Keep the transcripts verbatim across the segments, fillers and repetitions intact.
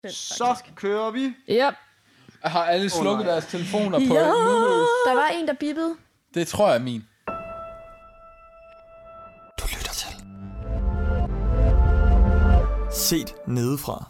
Så kører vi. Yep. Har alle slukket oh, deres telefoner på ja. lydløs? Der var en, der bippede. Det tror jeg er min. Du lytter til Set nedefra.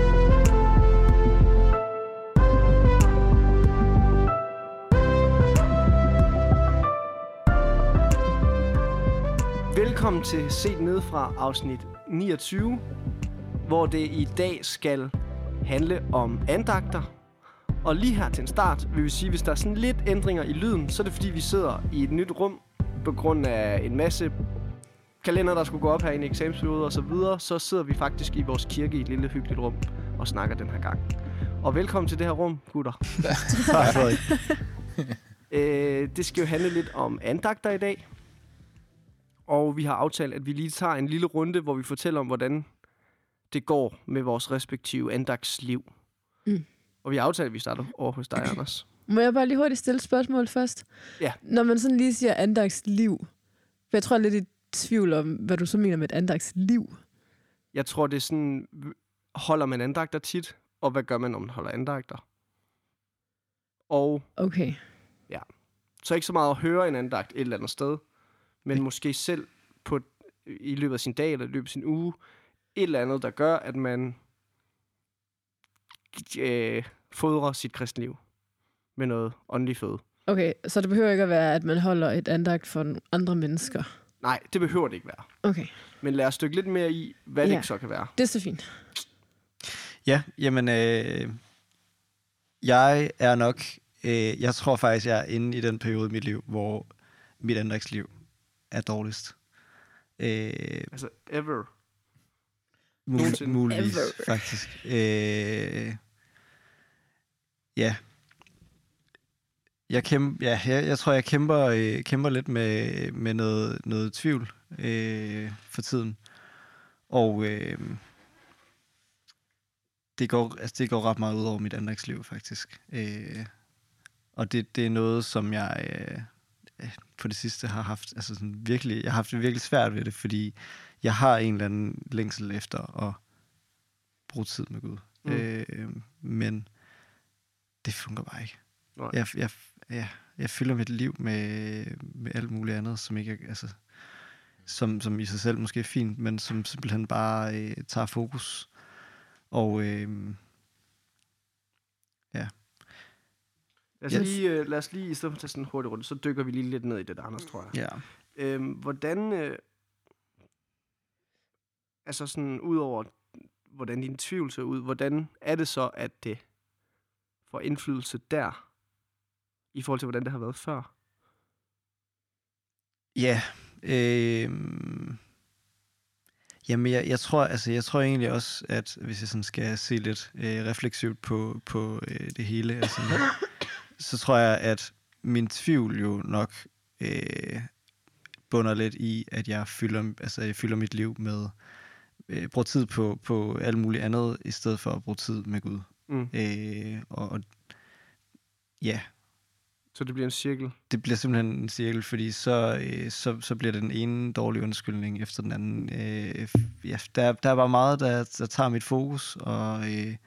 Velkommen til Set nedefra afsnit niogtyve, hvor det i dag skal handle om andagter. Og lige her til en start vil vi sige, hvis der er sådan lidt ændringer i lyden, så er det fordi, vi sidder i et nyt rum på grund af en masse kalender, der skulle gå op her i en eksamensperiode og så videre. Så sidder vi faktisk i vores kirke i et lille hyggeligt rum og snakker den her gang. Og velkommen til det her rum, gutter. Tak for det. øh, det skal jo handle lidt om andagter i dag. Og vi har aftalt, at vi lige tager en lille runde, hvor vi fortæller om, hvordan det går med vores respektive andagtsliv. Mm. Og vi har aftalt, at vi starter over hos dig, Anders. Må jeg bare lige hurtigt stille et spørgsmål først? Ja. Når man sådan lige siger andagsliv, for jeg tror lidt i tvivl om, hvad du så mener med et andagsliv. Jeg tror, det er sådan, holder man andagter tit, og hvad gør man, når man holder andagter? Og okay. Ja. Så ikke så meget at høre en andagt et eller andet sted, men måske selv på, i løbet af sin dag eller i løbet af sin uge, et eller andet, der gør, at man øh, fodrer sit kristenliv med noget åndelig føde. Okay, så det behøver ikke at være, at man holder et andagt for andre mennesker? Nej, det behøver det ikke være. Okay. Men lad os dykke lidt mere i, hvad ja. det så kan være. Det er så fint. Ja, jamen, øh, jeg er nok, øh, jeg tror faktisk, jeg er inde i den periode i mit liv, hvor mit andagsliv er dårligst. Øh, altså, ever? Mul- muligvis, ever. faktisk. Øh, ja. Jeg, kæmper, ja, jeg, jeg tror, jeg kæmper, øh, kæmper lidt med, med noget, noget tvivl øh, for tiden. Og øh, det, går, altså, det går ret meget ud over mit andagsliv, faktisk. Øh, og det, det er noget, som jeg øh, på det sidste har haft, altså sådan virkelig, jeg har haft det virkelig svært ved det, fordi jeg har en eller anden længsel efter at bruge tid med Gud. Mm. Øh, men det fungerer bare ikke. Jeg, jeg, jeg, jeg fylder mit liv med, med alt muligt andet, som ikke er, altså, som, som i sig selv måske er fint, men som simpelthen bare øh, tager fokus. Og øh, ja. Lad os, yes. lige, øh, lad os lige, i stedet for at tage sådan en hurtig runde, så dykker vi lige lidt ned i det der, Anders, tror jeg. Ja. Øhm, hvordan, øh, altså sådan ud over, hvordan din tvivl ser ud, hvordan er det så, at det får indflydelse der, i forhold til, hvordan det har været før? Ja, øh, jamen jeg, jeg tror, altså jeg tror egentlig også, at hvis jeg sådan skal se lidt øh, refleksivt på, på øh, det hele, altså, så tror jeg, at min tvivl jo nok øh, bunder lidt i, at jeg fylder, altså jeg fylder mit liv med, øh, bruger tid på, på alt muligt andet, i stedet for at bruge tid med Gud. Mm. Øh, og, og ja. Så det bliver en cirkel? Det bliver simpelthen en cirkel, fordi så, øh, så, så bliver det den ene dårlige undskyldning efter den anden. Øh, ja, der, der er bare meget, der, der tager mit fokus, og øh,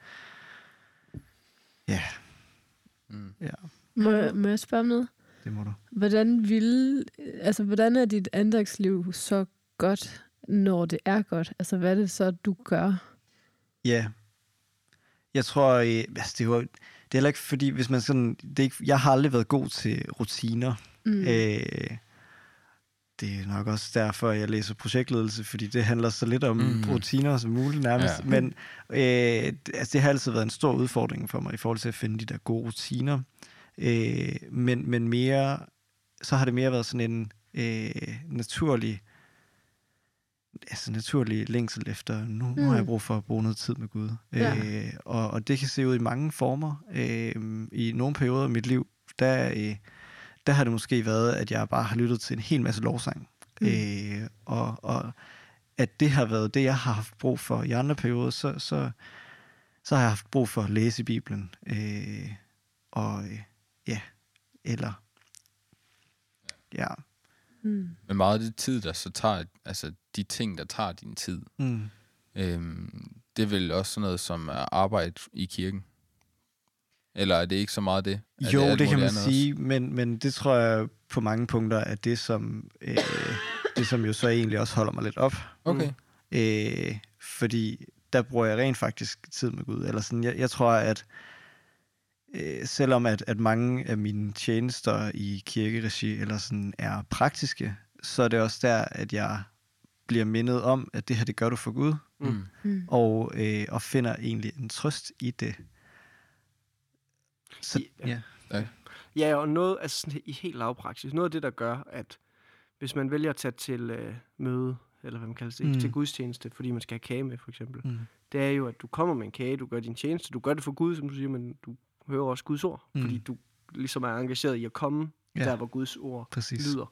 ja. Mm. ja. Må, må jeg spørge om noget? Det må du. Hvordan vil, altså hvordan er dit andagsliv så godt, når det er godt? Altså hvad er det så, du gør? Ja. Jeg tror, øh, altså det var... Det er heller ikke, fordi hvis man sådan... Det er ikke, jeg har aldrig været god til rutiner. Mm. Øh, det er nok også derfor, jeg læser projektledelse, fordi det handler så lidt om mm. rutiner som muligt nærmest. Ja. Men øh, altså, det har altid været en stor udfordring for mig i forhold til at finde de der gode rutiner. Øh, men, men mere... Så har det mere været sådan en øh, naturlig... altså naturlig længsel efter, nu, mm. nu har jeg brug for at bruge noget tid med Gud. Ja. Øh, og, og det kan se ud i mange former. Øh, I nogle perioder af mit liv, der, øh, der har det måske været, at jeg bare har lyttet til en hel masse lovsang. Mm. Øh, og, og at det har været det, jeg har haft brug for. I andre perioder, så, så, så har jeg haft brug for at læse i Bibelen. Øh, og øh, ja, eller ja. Mm. Men meget af det tid, der så tager, altså de ting, der tager din tid, mm. øhm, det er vel også sådan noget som er arbejde i kirken. Eller er det ikke så meget det? Er Jo, det, det, det kan man også? sige, men, men det tror jeg på mange punkter er det, som, øh, det, som jo så egentlig også holder mig lidt op. Okay. Øh, fordi der bruger jeg rent faktisk tid med Gud. Eller sådan, jeg, jeg tror, at øh, selvom at, at mange af mine tjenester i kirkeregi eller sådan er praktiske, så er det også der, at jeg bliver mindet om, at det her, det gør du for Gud. Mm. Mm. Og, øh, og finder egentlig en trøst i det. Så, Ja. ja. Ja, og noget altså sådan, i helt lavpraksis, noget af det, der gør, at hvis man vælger at tage til øh, møde, eller hvad man kalder det, Mm. til gudstjeneste, fordi man skal have kage med, for eksempel, Mm. det er jo, at du kommer med en kage, du gør din tjeneste, du gør det for Gud, som du siger, men du hører også Guds ord, Mm. fordi du ligesom er engageret i at komme Ja. der, hvor Guds ord Præcis. lyder.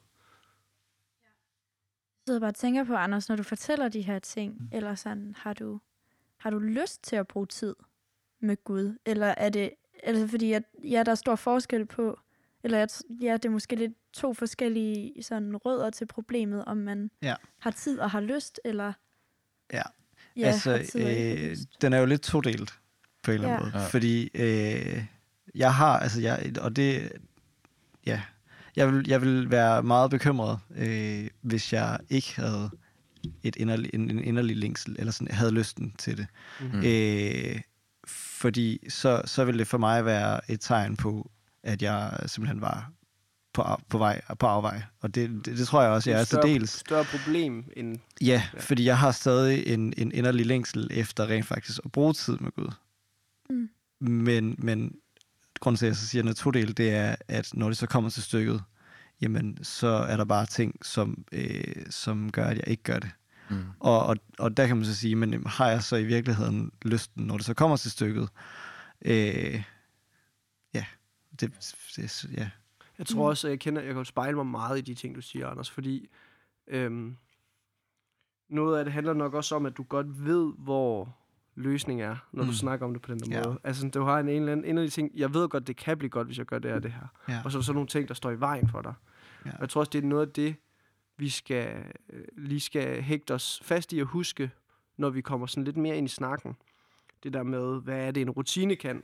Jeg sidder bare og tænker på, Anders, når du fortæller de her ting, mm. eller sådan, har du, har du lyst til at bruge tid med Gud? Eller er det, altså fordi, at, ja, der er stor forskel på, eller at, ja, det er måske lidt to forskellige sådan, rødder til problemet, om man Ja. har tid og har lyst, eller Ja. ja, altså, har tid og ikke har øh, lyst. den er jo lidt todelt på en eller anden Ja. måde. Ja. Fordi øh, jeg har, altså jeg, og det, ja, jeg vil, jeg vil være meget bekymret, øh, hvis jeg ikke havde et inderlig, en, en inderlig længsel, eller sådan, havde lysten til det. Mm. Øh, fordi så, så ville det for mig være et tegn på, at jeg simpelthen var på, af- på vej på afvej. Og det, det, det tror jeg også, jeg er til større, dels. større problem end... Ja, Ja. fordi jeg har stadig en, en inderlig længsel efter rent faktisk at bruge tid med Gud. Mm. Men, men grunden til, at jeg så siger noget todel, det er, at når det så kommer til stykket, jamen, så er der bare ting, som, øh, som gør, at jeg ikke gør det. Mm. Og, og, og der kan man så sige, men jamen, har jeg så i virkeligheden lysten, når det så kommer til stykket? Øh, ja, det, det, ja. Jeg tror også, at jeg kender, jeg kan jo spejle mig meget i de ting, du siger, Anders, fordi øhm, noget af det handler nok også om, at du godt ved, hvor løsningen er, når mm. Mm. du snakker om det på den der Ja. måde. Altså, du har en, en eller anden en af de ting, jeg ved godt, det kan blive godt, hvis jeg gør det her det her. Ja. Og så er der så nogle ting, der står i vejen for dig. Ja. Og jeg tror også, det er noget af det, vi skal, øh, lige skal hægte os fast i at huske, når vi kommer sådan lidt mere ind i snakken. Det der med, hvad er det, en rutine kan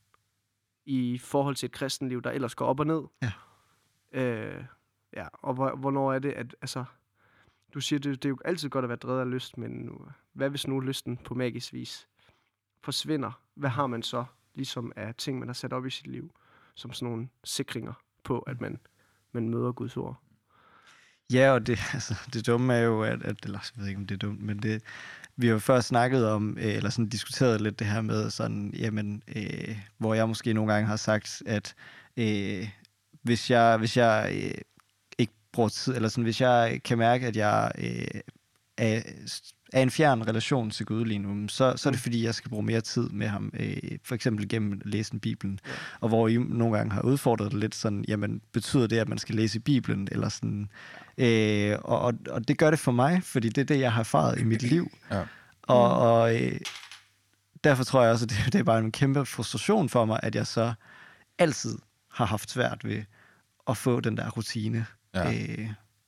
i forhold til et kristenliv, der ellers går op og ned. Ja. Øh, ja, og hvor, hvornår er det, at altså, du siger, det, det er jo altid godt at være drevet af lyst, men nu, hvad hvis nu lysten på magisk vis forsvinder? Hvad har man så ligesom af ting, man har sat op i sit liv, som sådan nogle sikringer på, at man, man møder Guds ord? Ja, og det, altså, det dumme er jo, at, at eller, jeg ved ikke, om det er dumt, men det, vi har jo før snakket om, øh, eller sådan diskuteret lidt det her med, sådan, jamen, øh, hvor jeg måske nogle gange har sagt, at øh, hvis jeg, hvis jeg øh, ikke bruger tid, eller sådan, hvis jeg kan mærke, at jeg øh, er, er en fjern relation til Gud lige nu, så, så er det fordi, jeg skal bruge mere tid med ham, øh, for eksempel gennem at læse Bibelen, Ja. og hvor I nogle gange har udfordret det lidt sådan, jamen, betyder det, at man skal læse i Bibelen, eller sådan, øh, og, og, og det gør det for mig, fordi det er det, jeg har erfaret i mit liv, Ja. og, og øh, derfor tror jeg også, at det, det er bare en kæmpe frustration for mig, at jeg så altid har haft svært ved at få den der rutine. Ja. Øh,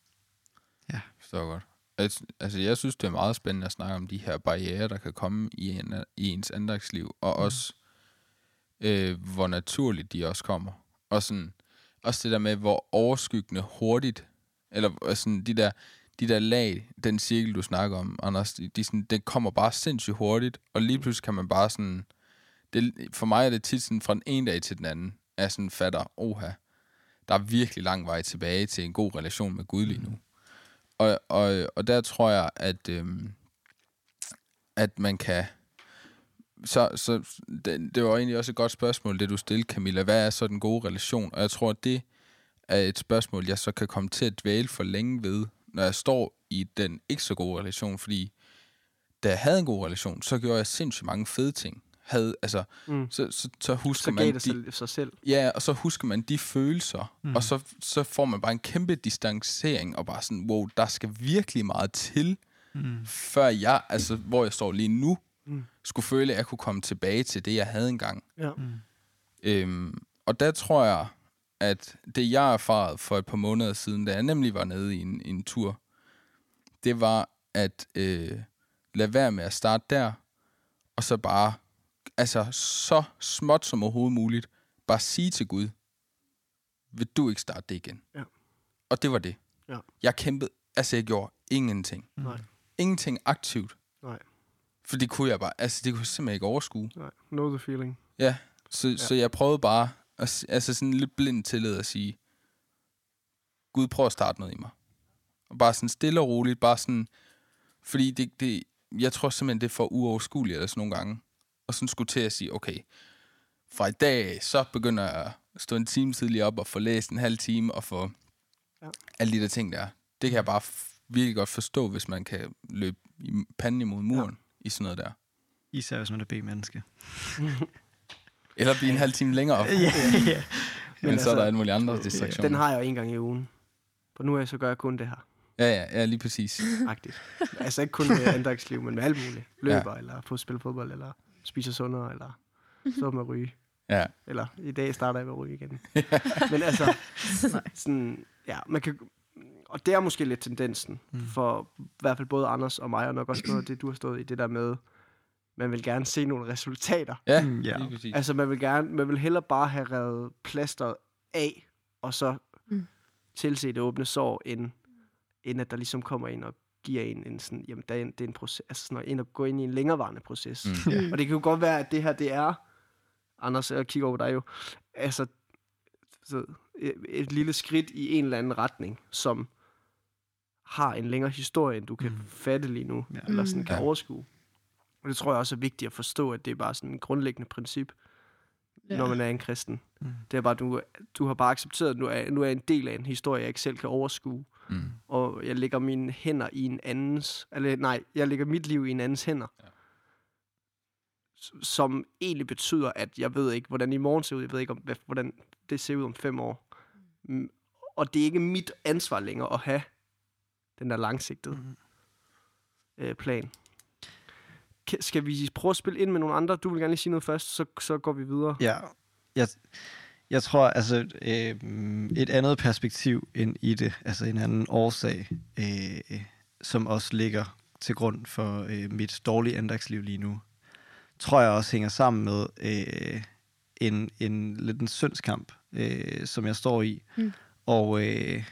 Forstår godt. Altså, altså, jeg synes, det er meget spændende at snakke om de her barrierer, der kan komme i, en, i ens andagsliv, og mm. også, øh, hvor naturligt de også kommer. Og sådan, også det der med, hvor overskyggende hurtigt, eller sådan, de der, de der lag, den cirkel, du snakker om, Anders, de, de sådan, det kommer bare sindssygt hurtigt, og lige pludselig kan man bare sådan, det, for mig er det tit sådan, fra den ene dag til den anden, at jeg sådan fatter, oha, der er virkelig lang vej tilbage til en god relation med Gud lige nu. Og, og, og der tror jeg, at, øhm, at man kan... Så, så det, det var egentlig også et godt spørgsmål, det du stillede, Camilla. Hvad er så den gode relation? Og jeg tror, at det er et spørgsmål, jeg så kan komme til at dvæle for længe ved, når jeg står i den ikke så gode relation. Fordi da jeg havde en god relation, så gjorde jeg sindssygt mange fede ting. Havde, altså, Mm. så, så, så husker Så man... gav de, det sig, sig selv. Ja, og så husker man de følelser, Mm. mm. og så, så får man bare en kæmpe distancering, og bare sådan, wow, der skal virkelig meget til, mm. før jeg, altså hvor jeg står lige nu, Mm. skulle føle, at jeg kunne komme tilbage til det, jeg havde engang. Ja. Mm. Øhm, og der tror jeg, at det jeg erfarede for et par måneder siden, da jeg nemlig var nede i en, i en tur, det var at øh, lade være med at starte der, og så bare, altså så småt som overhovedet muligt, bare sige til Gud, vil du ikke starte det igen? Ja. Og det var det. Ja. Jeg kæmpede, altså jeg gjorde ingenting. Nej. Ingenting aktivt. Nej. For det kunne jeg bare, altså det kunne jeg simpelthen ikke overskue. Nej. Know the feeling. Ja, så, Ja. så jeg prøvede bare, at, altså sådan lidt blind tillid at sige, Gud, prøv at starte noget i mig. Og bare sådan stille og roligt, bare sådan, fordi det, det jeg tror simpelthen, det er for uoverskueligt eller sådan nogle gange. Og sådan skulle til at sige, okay, fra i dag, så begynder jeg at stå en time tidligere op og få læst en halv time og få ja. alle de der ting der. Det kan jeg bare f- virkelig godt forstå, hvis man kan løbe i panden imod muren ja. i sådan noget der. Især hvis man er B-menneske. Eller blive en halv time længere op. ja, ja. Men, Men altså, så er der alle mulige andre distraktioner. Den har jeg jo en gang i ugen. For nu er jeg så gør jeg kun det her. Ja, ja, ja, lige præcis. Agtigt. Altså ikke kun med andagsliv, men med alt muligt. Løber, ja. eller få spille fodbold, eller spiser sundere, eller stå med at ryge. Ja. Eller i dag starter jeg med at ryge igen. Men altså, sådan, ja, man kan, og det er måske lidt tendensen, mm. for i hvert fald både Anders og mig, og nok også noget af det, du har stået i, det der med, man vil gerne se nogle resultater. Ja, Mm, ja. lige præcis. Altså man vil gerne, man vil hellere bare have revet plasteret af, og så Mm. tilse det åbne sår, end, end at der ligesom kommer ind og giver en en sådan, jamen der er en, det er en proces, altså sådan ind og gå ind i en længerevarende proces. Mm. Ja. Og det kan jo godt være, at det her, det er, Anders, jeg kigger over dig jo, altså så et, et lille skridt i en eller anden retning, som har en længere historie, end du kan mm. fatte lige nu, Ja. eller sådan Mm. kan Ja. overskue. Og det tror jeg også er vigtigt at forstå, at det er bare sådan et grundlæggende princip, ja. når man er en kristen. Mm. Det er bare, du, du har bare accepteret, at nu er, nu er jeg en del af en historie, jeg ikke selv kan overskue. Mm. Og jeg lægger mine hænder i en andens, eller nej, jeg lægger mit liv i en andens hænder. Ja. S- Som egentlig betyder, at jeg ved ikke, hvordan i morgen ser ud. Jeg ved ikke, om, hvad, hvordan det ser ud om fem år. Mm. Og det er ikke mit ansvar længere at have den der langsigtede Mm. øh, plan. Kan, skal vi prøve at spille ind med nogle andre? Du vil gerne lige sige noget først, så, så går vi videre. Ja, jeg, jeg tror, altså øh, et andet perspektiv ind i det, altså en anden årsag, øh, som også ligger til grund for øh, mit dårlige andagsliv lige nu, tror jeg også hænger sammen med øh, en, en lidt en syndskamp, øh, som jeg står i. Mm. Og øh,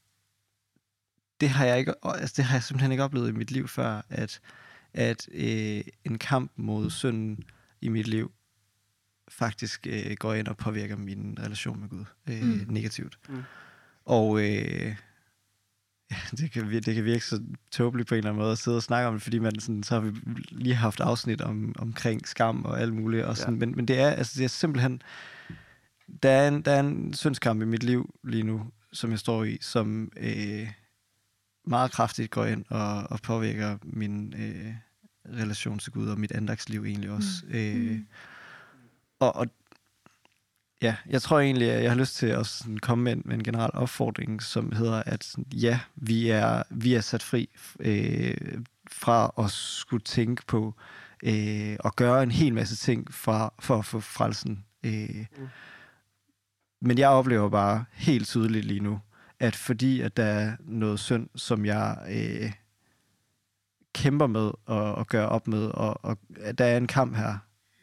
det har jeg ikke, altså det har jeg simpelthen ikke oplevet i mit liv før, at at øh, en kamp mod synden i mit liv faktisk øh, går ind og påvirker min relation med Gud øh, Mm. negativt. Mm. Og øh, ja, det, kan, vir- det kan virke så tåbeligt på en eller anden måde at sidde og snakke om det, fordi man sådan, så har vi lige haft afsnit om, omkring skam og alt muligt. Og sådan, Ja. men, men det er, altså, det er simpelthen... Der er, en, der er en syndskamp i mit liv lige nu, som jeg står i, som... Øh, meget kraftigt går ind og, og påvirker min øh, relation til Gud og mit andagsliv egentlig også. Mm. Øh, og, og ja, jeg tror egentlig, at jeg har lyst til at sådan komme med en, med en generel opfordring, som hedder, at sådan, ja, vi er, vi er sat fri øh, fra at skulle tænke på øh, at gøre en hel masse ting fra, for at få frelsen. Øh. Mm. Men jeg oplever bare helt tydeligt lige nu, at fordi at der er noget synd, som jeg øh, kæmper med og, og gør op med, og, og at der er en kamp her,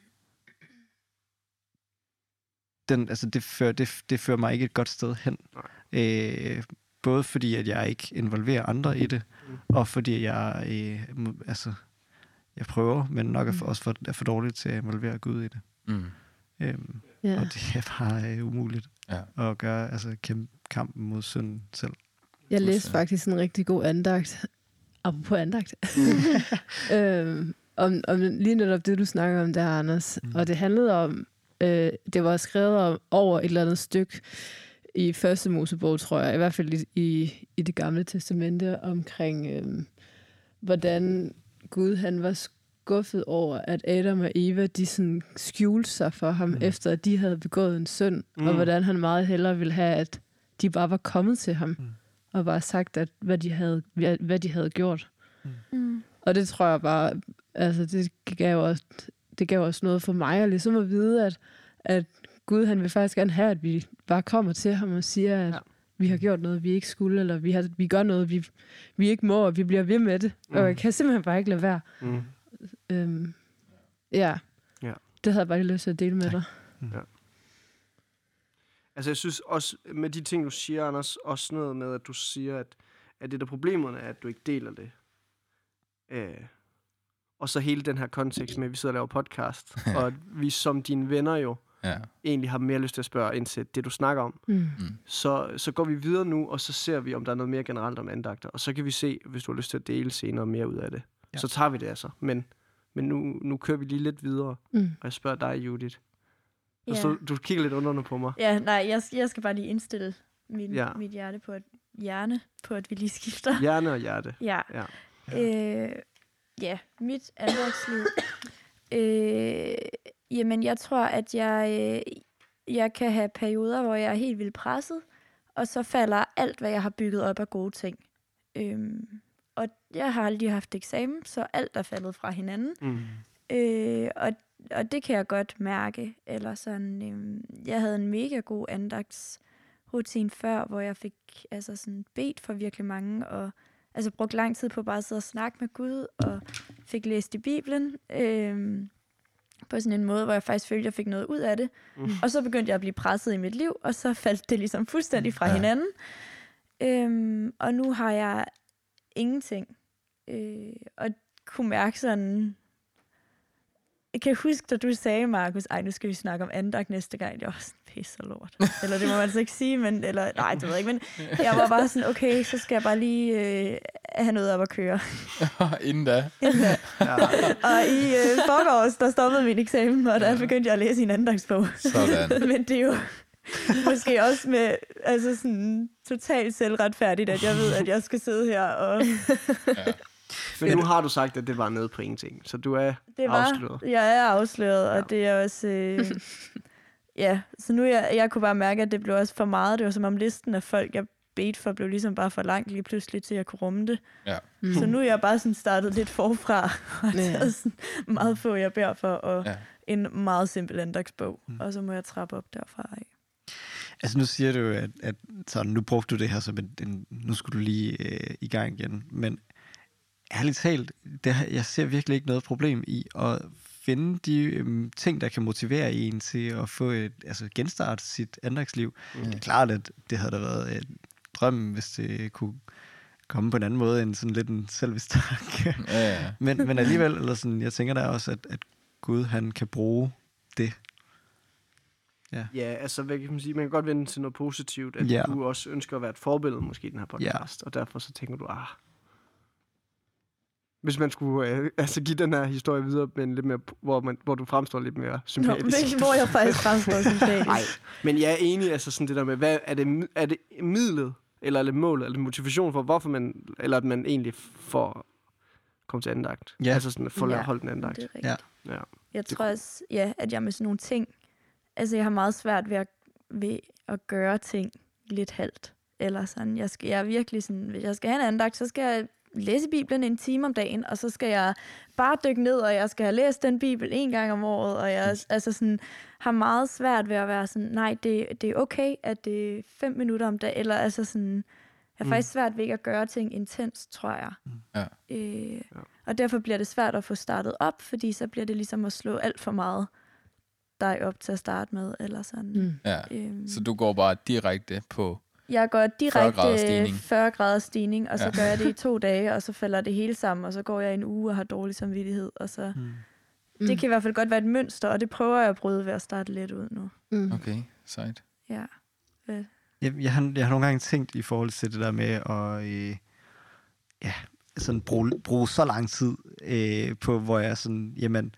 den, altså det, fører, det, det fører mig ikke et godt sted hen. Øh, både fordi, at jeg ikke involverer andre i det, mm. og fordi jeg, øh, må, altså, jeg prøver, men nok er for, også for, er for dårligt til at involvere Gud i det. Mm. Øhm, Ja. Og det er bare øh, umuligt Ja. at gøre, altså kæmpe kampen mod synden selv. Jeg læste faktisk en rigtig god andagt. Apropos andagt. øhm, om, om lige netop det, du snakker om der, Anders. Mm. Og det handlede om, øh, det var skrevet om over et eller andet stykke i første Mosebog, tror jeg, i hvert fald i, i, i det gamle testamente, omkring øh, hvordan Gud, han var skuffet over, at Adam og Eva, de sådan skjulte sig for ham, mm. efter at de havde begået en synd, mm. og hvordan han meget hellere ville have, at de bare var kommet til ham, mm. og bare sagt, at hvad de havde, hvad de havde gjort. Mm. Og det tror jeg bare, altså det gav også, det gav også noget for mig, at ligesom at vide, at, at Gud, han vil faktisk gerne have, at vi bare kommer til ham og siger, at ja. vi har gjort noget, vi ikke skulle, eller vi, har, vi gør noget, vi, vi ikke må, og vi bliver ved med det. Mm. Og jeg kan simpelthen bare ikke lade være. Mm. Øhm, Ja. Ja. Det havde jeg bare lige lyst til at dele med Tak. dig. Ja. Altså, jeg synes også, med de ting, du siger, Anders, også noget med, at du siger, at, at det der problemerne er, at du ikke deler det. Øh, og så hele den her kontekst med, at vi sidder og laver podcast, og at vi som dine venner jo Ja. egentlig har mere lyst til at spørge ind til det, du snakker om. Mm. Mm. Så, så går vi videre nu, og så ser vi, om der er noget mere generelt om andagter. Og så kan vi se, hvis du har lyst til at dele senere mere ud af det. Ja. Så tager vi det altså. Men, men nu, nu kører vi lige lidt videre, Mm. og jeg spørger dig, Judith. Ja. Ja. Du, du kigger lidt underne på mig. Ja, nej, jeg, jeg skal bare lige indstille min, Ja. ja. mit hjerte på, at, hjerne på, at vi lige skifter. Hjerne og hjerte. Ja. Ja. Øh, ja, mit andragsliv. øh, jamen, jeg tror, at jeg, øh, jeg kan have perioder, hvor jeg er helt vildt presset, og så falder alt, hvad jeg har bygget op af gode ting. Øhm, og jeg har aldrig haft eksamen, så alt er faldet fra hinanden. Mm. Øh, og, og det kan jeg godt mærke. Eller sådan, øh, jeg havde en mega god andagtsrutine før, hvor jeg fik altså sådan bedt for virkelig mange, og altså brugt lang tid på bare at sidde og snakke med Gud, og fik læst i Bibelen, øh, på sådan en måde, hvor jeg faktisk følte, at jeg fik noget ud af det. Mm. Og så begyndte jeg at blive presset i mit liv, og så faldt det ligesom fuldstændig fra Ja. ja. hinanden. Øh, og nu har jeg ingenting. Øh, og kunne mærke sådan... Jeg kan huske, da du sagde, Markus, ej, nu skal vi snakke om andagt næste gang. Jeg var sådan, pisse og lort. Eller det må man altså ikke sige, men... Eller, nej, det ved jeg ikke, men jeg var bare sådan, okay, så skal jeg bare lige øh, have noget op at køre. Inden da. Ja. Og i øh, forgårs, der stoppede min eksamen, og der begyndte jeg at læse i en andagsbog. Sådan. Men det er jo måske også med altså sådan totalt selvretfærdigt, at jeg ved, at jeg skal sidde her og... Ja. Men nu har du sagt, at det var nede på ingenting. Så du er Det var, afsløret. jeg er afsløret, og Ja. det er også... Øh, ja, så nu jeg, jeg kunne bare mærke, at det blev også for meget. Det var som om listen af folk, jeg bedte for, blev ligesom bare for langt lige pludselig til, at jeg kunne rumme det. Ja. Mm. Så nu er jeg bare sådan startet lidt forfra, og Ja. taget sådan meget få, jeg beder for, og Ja. en meget simpel andagsbog. Mm. Og så må jeg trappe op derfra af. Altså nu siger du, at, at sådan, nu brugte du det her som en, en nu skulle du lige øh, i gang igen, men ærligt talt, det, her- jeg ser virkelig ikke noget problem i at finde de øhm, ting, der kan motivere en til at få et, altså genstarte sit andagsliv. Mm. Det er klart, at det havde da været et drøm, hvis det kunne komme på en anden måde end sådan lidt en selvisk tanke. Ja, ja. men, men alligevel, eller sådan, jeg tænker da også, at, at Gud, han kan bruge det. Ja, altså, hvad kan man sige? Man kan godt vende til noget positivt, at Ja. du også ønsker at være et forbillede måske i den her podcast, og derfor så tænker du, ah, hvis man skulle øh, altså give den her historie videre, men lidt mere, hvor, man, hvor du fremstår lidt mere Nå, sympatisk. men hvor jeg faktisk fremstår sympatisk. Nej, men jeg er enig, altså sådan det der med, hvad, er, det, er det midlet, eller er det målet, eller motivation for, hvorfor man, eller at man egentlig får komme til andagt? Ja. Altså sådan at få Ja, ja. holdt en andagt. Det er rigtigt. Ja. Ja. Jeg Det tror også, ja, at jeg med sådan nogle ting, altså jeg har meget svært ved at, ved at gøre ting lidt halvt. Eller sådan, jeg, skal, jeg er virkelig sådan, hvis jeg skal have en andagt, så skal jeg læse Bibelen en time om dagen, og så skal jeg bare dykke ned, og jeg skal have læst den Bibel en gang om året, og jeg altså sådan, har meget svært ved at være sådan, nej, det, det er okay, at det er fem minutter om dagen, eller altså sådan, jeg har Mm. faktisk svært ved ikke at gøre ting intens, tror jeg. Ja. Øh, Ja. Og derfor bliver det svært at få startet op, fordi så bliver det ligesom at slå alt for meget dig op til at starte med, eller sådan. Mm. Ja. Øhm, Så du går bare direkte på... jeg går fyrre direkte grader stigning. fyrre grader stigning, og så Ja. gør jeg det i to dage, og så falder det hele sammen, og så går jeg en uge og har dårlig samvittighed. Og så, Mm. Mm. det kan i hvert fald godt være et mønster, og det prøver jeg at bryde ved at starte lidt ud nu. Mm. Okay, sejt. Ja. Jeg, jeg, har, jeg har nogle gange tænkt i forhold til det der med at øh, ja, sådan bruge, bruge så lang tid øh, på, hvor jeg sådan, jamen,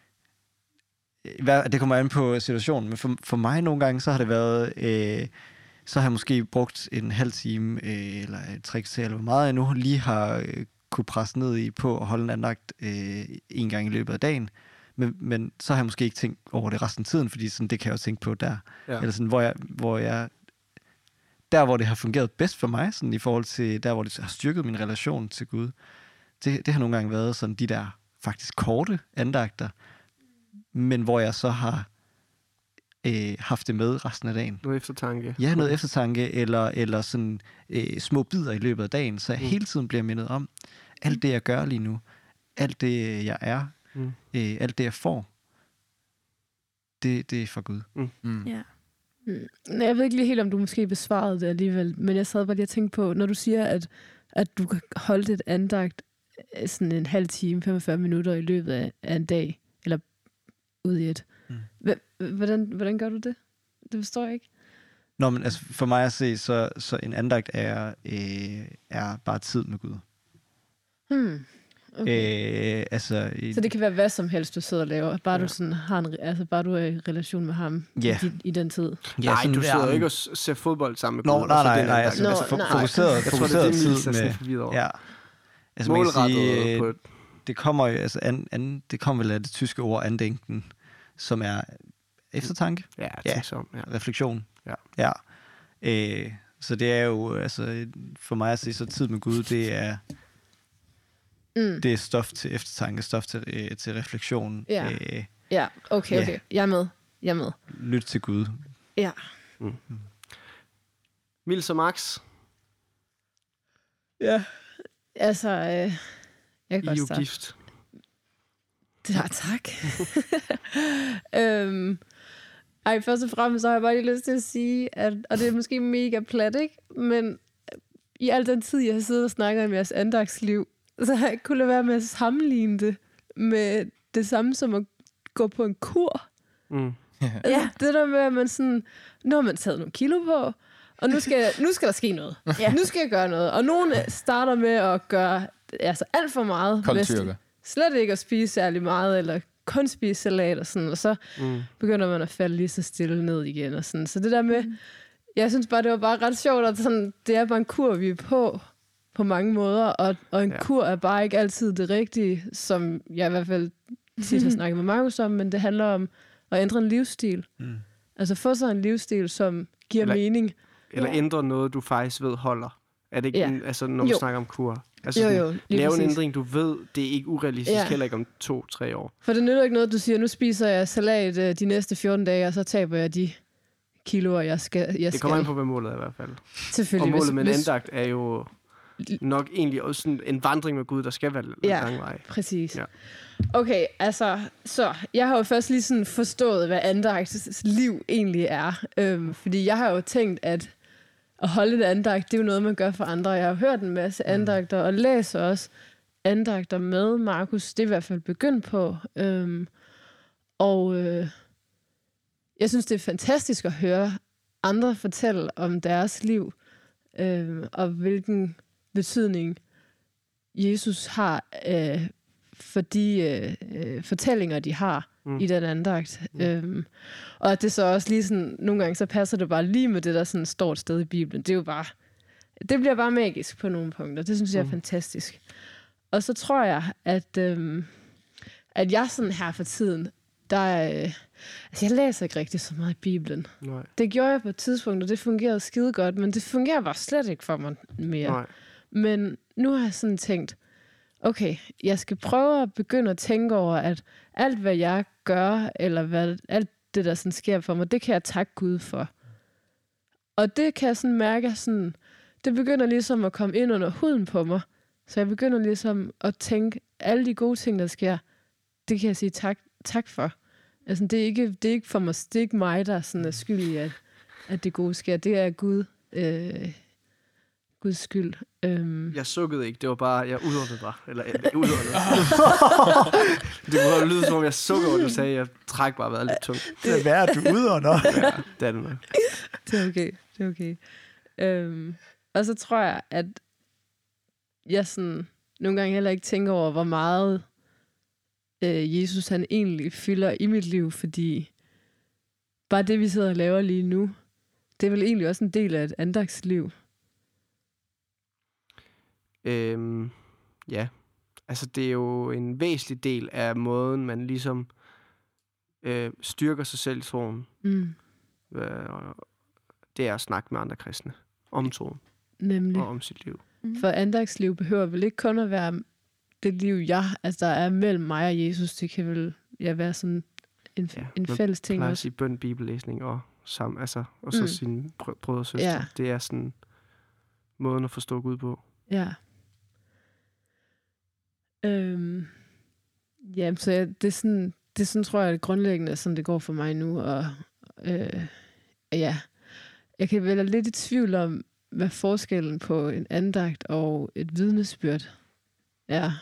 øh, hvad, det kommer an på situationen, men for, for mig nogle gange, så har det været, øh, så har jeg måske brugt en halv time, øh, eller et tre kvarter, eller hvor meget jeg nu lige har øh, kunne presse ned i på at holde en andagt øh, en gang i løbet af dagen. Men, men så har jeg måske ikke tænkt over det resten af tiden, fordi sådan, det kan jeg jo tænke på der. Ja. Eller sådan, hvor jeg, hvor jeg der, hvor det har fungeret bedst for mig, sådan i forhold til der, hvor det har styrket min relation til Gud, det, det har nogle gange været sådan de der faktisk korte andagter, men hvor jeg så har øh, haft det med resten af dagen. Noget eftertanke. Ja, noget eftertanke, eller, eller sådan øh, små bidder i løbet af dagen, så jeg Mm. hele tiden bliver mindet om alt det, jeg gør lige nu, alt det, jeg er, Mm. Øh, alt det, jeg får, det, det er fra Gud. Mm. Ja. Mm. Jeg ved ikke lige helt, om du måske besvarede det alligevel, men jeg sad bare lige og tænkte på, når du siger, at, at du kan holde et andagt sådan en halv time, femogfyrre minutter i løbet af, af en dag, eller ud i et. Mm. Hvordan, hvordan gør du det? Det forstår jeg ikke. Nå, men altså for mig at se, så, så en andagt er, øh, er bare tid med Gud. Hmm. Okay. Øh, altså, øh, så det kan være hvad som helst, du sidder og laver. Bare, ja. du, sådan har en, altså, bare du er i relation med ham ja. i, i den tid. Ja, nej, sådan, du sidder jo ikke og ser fodbold sammen med Gud. Nå, nej, nej, nej. Altså, Nå, altså, for, fokuseret, jeg fokuseret tror, det tid er det, med... over. Ja. Altså, man kan sige, på et... det kommer jo, altså, an, an, det kommer vel af det tyske ord andenken, som er eftertanke. Ja, ja. Som, ja. Refleksion. Ja. Ja. Øh, så det er jo, altså, for mig at se, så tid med Gud, det er, mm. det er stof til eftertanke, stof til, øh, til refleksion. Ja, øh, ja. okay, okay. Ja. Jeg er med. Jeg er med. Lyt til Gud. Ja. Mm. Mils og Max. Ja. Altså, øh, jeg kan I godt er jo starte. gift. Ja, tak. øhm, ej, først og fremmest så har jeg bare lige lyst til at sige, at, og det er måske mega plat, ikke? Men i al den tid, jeg har siddet og snakket om jeres andagsliv, så har jeg ikke kunnet lade være med at sammenligne det med det samme som at gå på en kur. Mm. Altså, ja. Det der med, at man sådan, nu har man taget nogle kilo på, og nu skal, nu skal der ske noget. Ja. Nu skal jeg gøre noget. Og nogen starter med at gøre altså alt for meget. Koldtyrker. Slet ikke at spise særlig meget, eller kun spise salat og sådan, og så mm. begynder man at falde lige så stille ned igen og sådan. Så det der med, jeg synes bare, det var bare ret sjovt, at sådan, det er bare en kur, vi er på, på mange måder, og, og en ja. kur er bare ikke altid det rigtige, som jeg i hvert fald tit har snakket med Markus om, men det handler om at ændre en livsstil. Mm. Altså få sig en livsstil, som giver eller, mening. Eller ja. ændre noget, du faktisk ved holder. Er det ikke, ja. en, altså når man jo. snakker om kur? Altså jo, sådan, jo, lave præcis. en ændring, du ved, det er ikke urealistisk, ja. heller ikke om to-tre år. For det nytter ikke noget, du siger, nu spiser jeg salat øh, de næste fjorten dage, og så taber jeg de kiloer, jeg skal. Jeg det kommer skal. ind på, hvad målet er i hvert fald. Selvfølgelig. Og målet med en hvis, andagt er jo nok egentlig også sådan en vandring med Gud, der skal være ja, langvej. Præcis. Ja. Okay, altså, så jeg har jo først lige sådan forstået, hvad andagts liv egentlig er. Øhm, fordi jeg har jo tænkt, at at holde et andagt, det er jo noget, man gør for andre. Jeg har hørt en masse andagter, og læser også andagter med Markus. Det er i hvert fald begyndt på. Øhm, og øh, jeg synes, det er fantastisk at høre andre fortælle om deres liv, øh, og hvilken betydning Jesus har øh, for de øh, fortællinger, de har mm. i den andagt. Mm. Øhm, og at det så også lige sådan, nogle gange så passer det bare lige med det, der sådan står et sted i Bibelen. Det er jo bare, det bliver bare magisk på nogle punkter. Det synes jeg er mm. fantastisk. Og så tror jeg, at, øhm, at jeg sådan her for tiden, der øh, altså jeg læser ikke rigtig så meget i Bibelen. Nej. Det gjorde jeg på et tidspunkt, og det fungerede skide godt, men det fungerer bare slet ikke for mig mere. Nej. Men nu har jeg sådan tænkt, okay, jeg skal prøve at begynde at tænke over, at alt, hvad jeg gør, eller hvad, alt det, der sådan sker for mig, det kan jeg takke Gud for. Og det kan jeg sådan mærke, sådan, det begynder ligesom at komme ind under huden på mig. Så jeg begynder ligesom at tænke, alle de gode ting, der sker, det kan jeg sige tak, tak for. Altså, det er ikke, det er ikke for mig, det er ikke mig, der sådan er skyldig, at, at det gode sker. Det er Gud, øh, Guds skyld. Um... Jeg sukkede ikke, det var bare, jeg udåndede bare. Eller, jeg udåndede. Det må lyde som om, jeg sukker, og du sagde, jeg træk bare været lidt tungt. Det er værd, at du udånder. Ja, det er det nok. Det er okay, det er okay. Um, og så tror jeg, at jeg sådan nogle gange heller ikke tænker over, hvor meget øh, Jesus han egentlig fylder i mit liv, fordi bare det, vi sidder og laver lige nu, det er vel egentlig også en del af et andagsliv. Øhm, ja, altså det er jo en væsentlig del af måden, man ligesom øh, styrker sig selv i troen. Mm. Øh, det er at snakke med andre kristne om troen. Nemlig. Og om sit liv. Mm. For andagsliv behøver vel ikke kun at være det liv, jeg, altså der er mellem mig og Jesus. Det kan vel ja, være sådan en, ja, en fælles ting også. Man sige bøn, bibellæsning og, sam, altså, og så mm. sine brø- brødre og søstre. Ja. Det er sådan måden at forstå Gud på. Ja. Øhm, Ja, så jeg, det, er sådan, det er sådan, tror jeg, det grundlæggende, sådan det går for mig nu. Og øh, ja, jeg kan være lidt i tvivl om, hvad forskellen på en andagt og et vidnesbyrd er.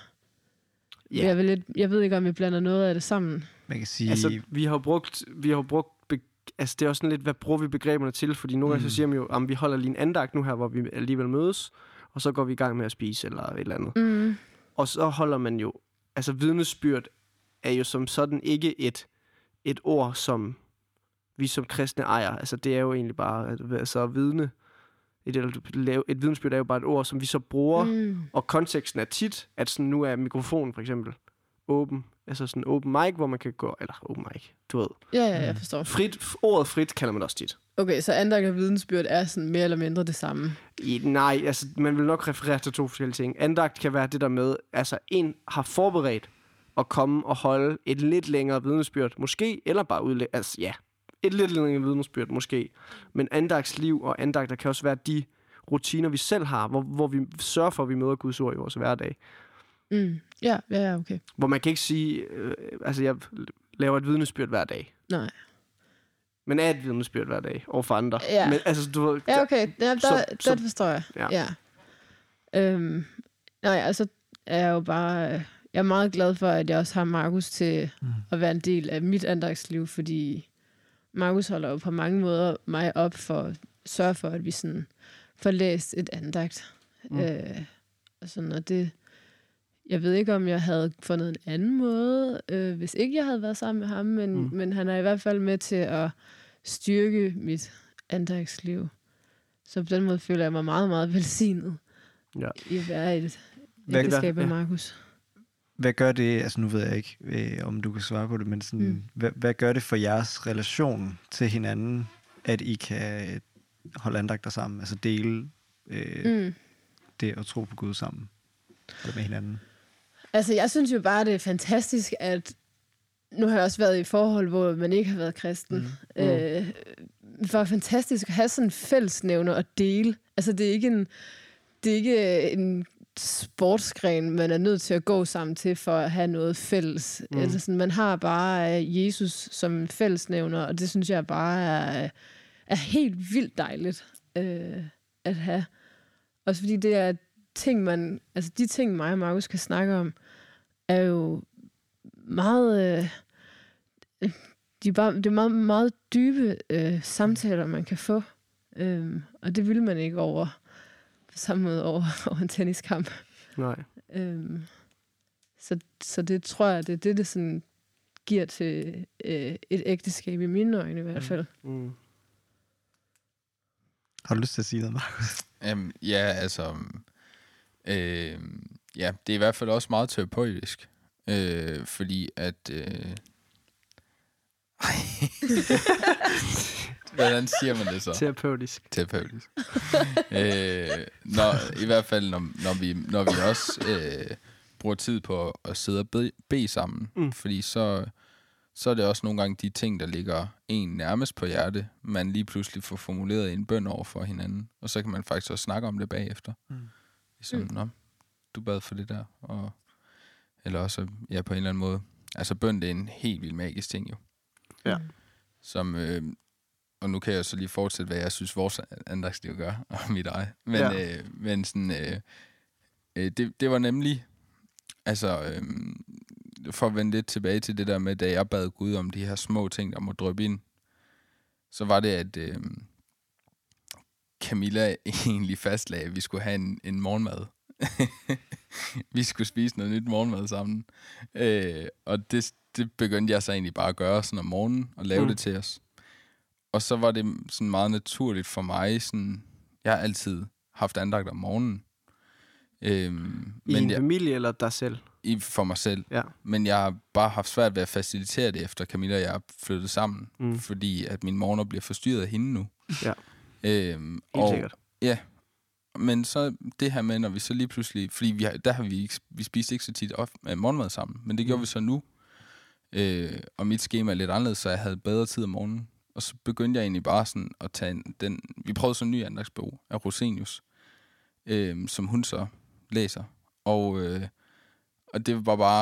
Ja. Jeg, vil lidt, jeg ved ikke, om vi blander noget af det sammen. Man kan sige... Altså, vi har brugt, vi har brugt be, altså det er også sådan lidt, hvad bruger vi begreberne til? Fordi nogle gange Mm. så siger man jo, at vi holder lige en andagt nu her, hvor vi alligevel mødes, og så går vi i gang med at spise eller et eller andet. Mm. Og så holder man jo, altså vidnesbyrd er jo som sådan ikke et, et ord, som vi som kristne ejer. Altså det er jo egentlig bare, altså vidne, et, et vidnesbyrd er jo bare et ord, som vi så bruger, Mm. og konteksten er tit, at sådan, nu er mikrofonen for eksempel åben, altså sådan open mic, hvor man kan gå, eller open mic, du ved. Ja, ja, jeg forstår. Frit, ordet frit kalder man det også tit. Okay, så andagt og vidensbyrd er sådan mere eller mindre det samme. I, nej, altså man vil nok referere til to forskellige ting. Andagt kan være det der med, altså en har forberedt at komme og holde et lidt længere vidnesbyrd, måske, eller bare udlægge, altså ja, et lidt længere vidnesbyrd, måske. Men andagtsliv og andagter kan også være de rutiner, vi selv har, hvor, hvor vi sørger for, at vi møder Guds ord i vores hverdag. Mm. Ja, ja, ja, okay. Hvor man kan ikke sige, øh, altså jeg laver et vidnesbyrd hver dag. Nej. Men er et vidnesbyrd hver dag overfor andre. Ja. Men altså, du ved, Ja, okay. Ja, der, Så- der, så- det forstår jeg. Ja. Ja. Øhm, nej, altså er jeg jo bare... Jeg er meget glad for, at jeg også har Markus til Mm. at være en del af mit andagsliv, fordi Markus holder jo på mange måder mig op for at sørge for, at vi sådan får læst et andagt. Mm. Mm. Øh, og sådan, og det... Jeg ved ikke, om jeg havde fundet en anden måde, øh, hvis ikke jeg havde været sammen med ham, men, Mm. mm. men han er i hvert fald med til at styrke mit andagsliv. Så på den måde føler jeg mig meget, meget velsignet Ja. i at være i et Hvad- ægteskab med ja. Markus. Hvad gør det, altså nu ved jeg ikke, øh, om du kan svare på det, men sådan, Mm. mm. hvad, hvad gør det for jeres relation til hinanden, at I kan øh, holde andagter sammen, altså dele øh, mm. Mm. det at tro på Gud sammen eller med hinanden? Altså, jeg synes jo bare, det er fantastisk, at nu har jeg også været i forhold, hvor man ikke har været kristen. Mm. Mm. Øh, det var fantastisk at have sådan en fællesnævner at dele. Altså, det er ikke en, det er ikke en sportsgren, man er nødt til at gå sammen til for at have noget fælles. Mm. Mm. Altså, sådan, man har bare Jesus som fællesnævner, og det synes jeg bare er, er helt vildt dejligt øh, at have. Også fordi det er ting, man... Altså, de ting, mig og Markus kan snakke om, er jo meget... Øh, de er bare, det er meget, meget dybe øh, samtaler, man kan få. Øhm, og det vil man ikke over på samme måde over, over en tenniskamp. Nej. Øhm, så, så det tror jeg, det er det, det sådan giver til øh, et ægteskab i mine øjne i hvert fald. Mm. Har du lyst til at sige noget, Markus? Jamen, ja, altså... Øh, ja, det er i hvert fald også meget terapeutisk. Øh, fordi at... Øh, ej. Hvordan siger man det så? Terapeutisk. Terapeutisk. øh, når, I hvert fald, når, når, vi, når vi også øh, bruger tid på at sidde og bede, bede sammen. Mm. Fordi så, så er det også nogle gange de ting, der ligger en nærmest på hjerte, man lige pludselig får formuleret i en bøn over for hinanden. Og så kan man faktisk også snakke om det bagefter. Mm. Ligesom, Mm. nå, du bad for det der. Og, eller også, ja, på en eller anden måde. Altså, bøn, det er en helt vildt magisk ting jo. Ja. Som... Øh, og nu kan jeg så lige fortsætte, hvad jeg synes, vores andagsliv gør, og mit eget. Men, Ja. øh, men sådan, øh, øh, det, det var nemlig, altså, øh, for at vende lidt tilbage til det der med, da jeg bad Gud om de her små ting, der må dryppe ind, så var det, at øh, Camilla egentlig fastlagde, at vi skulle have en, en morgenmad. Vi skulle spise noget nyt morgenmad sammen. Øh, og det, det begyndte jeg så egentlig bare at gøre sådan om morgenen, og lave Mm. mm. det til os. Og så var det sådan meget naturligt for mig, sådan, jeg har altid haft andagt om morgenen. Øhm, I men en jeg, familie eller dig selv? i, for mig selv. Ja. Men jeg har bare haft svært ved at facilitere det, efter Camilla og jeg er flyttet sammen. Mm. Fordi at mine morgener bliver forstyrret af hende nu. Ja. Øhm, Helt og, sikkert. Ja, men så det her med, når vi så lige pludselig... Fordi vi har, der har vi ikke... Vi spiste ikke så tit of, uh, morgenmad sammen, men det gjorde Mm. vi så nu. Øh, og mit schema er lidt anderledes, så jeg havde bedre tid om morgenen. Og så begyndte jeg egentlig bare sådan at tage en, den... Vi prøvede sådan en ny andagsbog af Rosenius, øh, som hun så læser. Og, øh, og det var bare...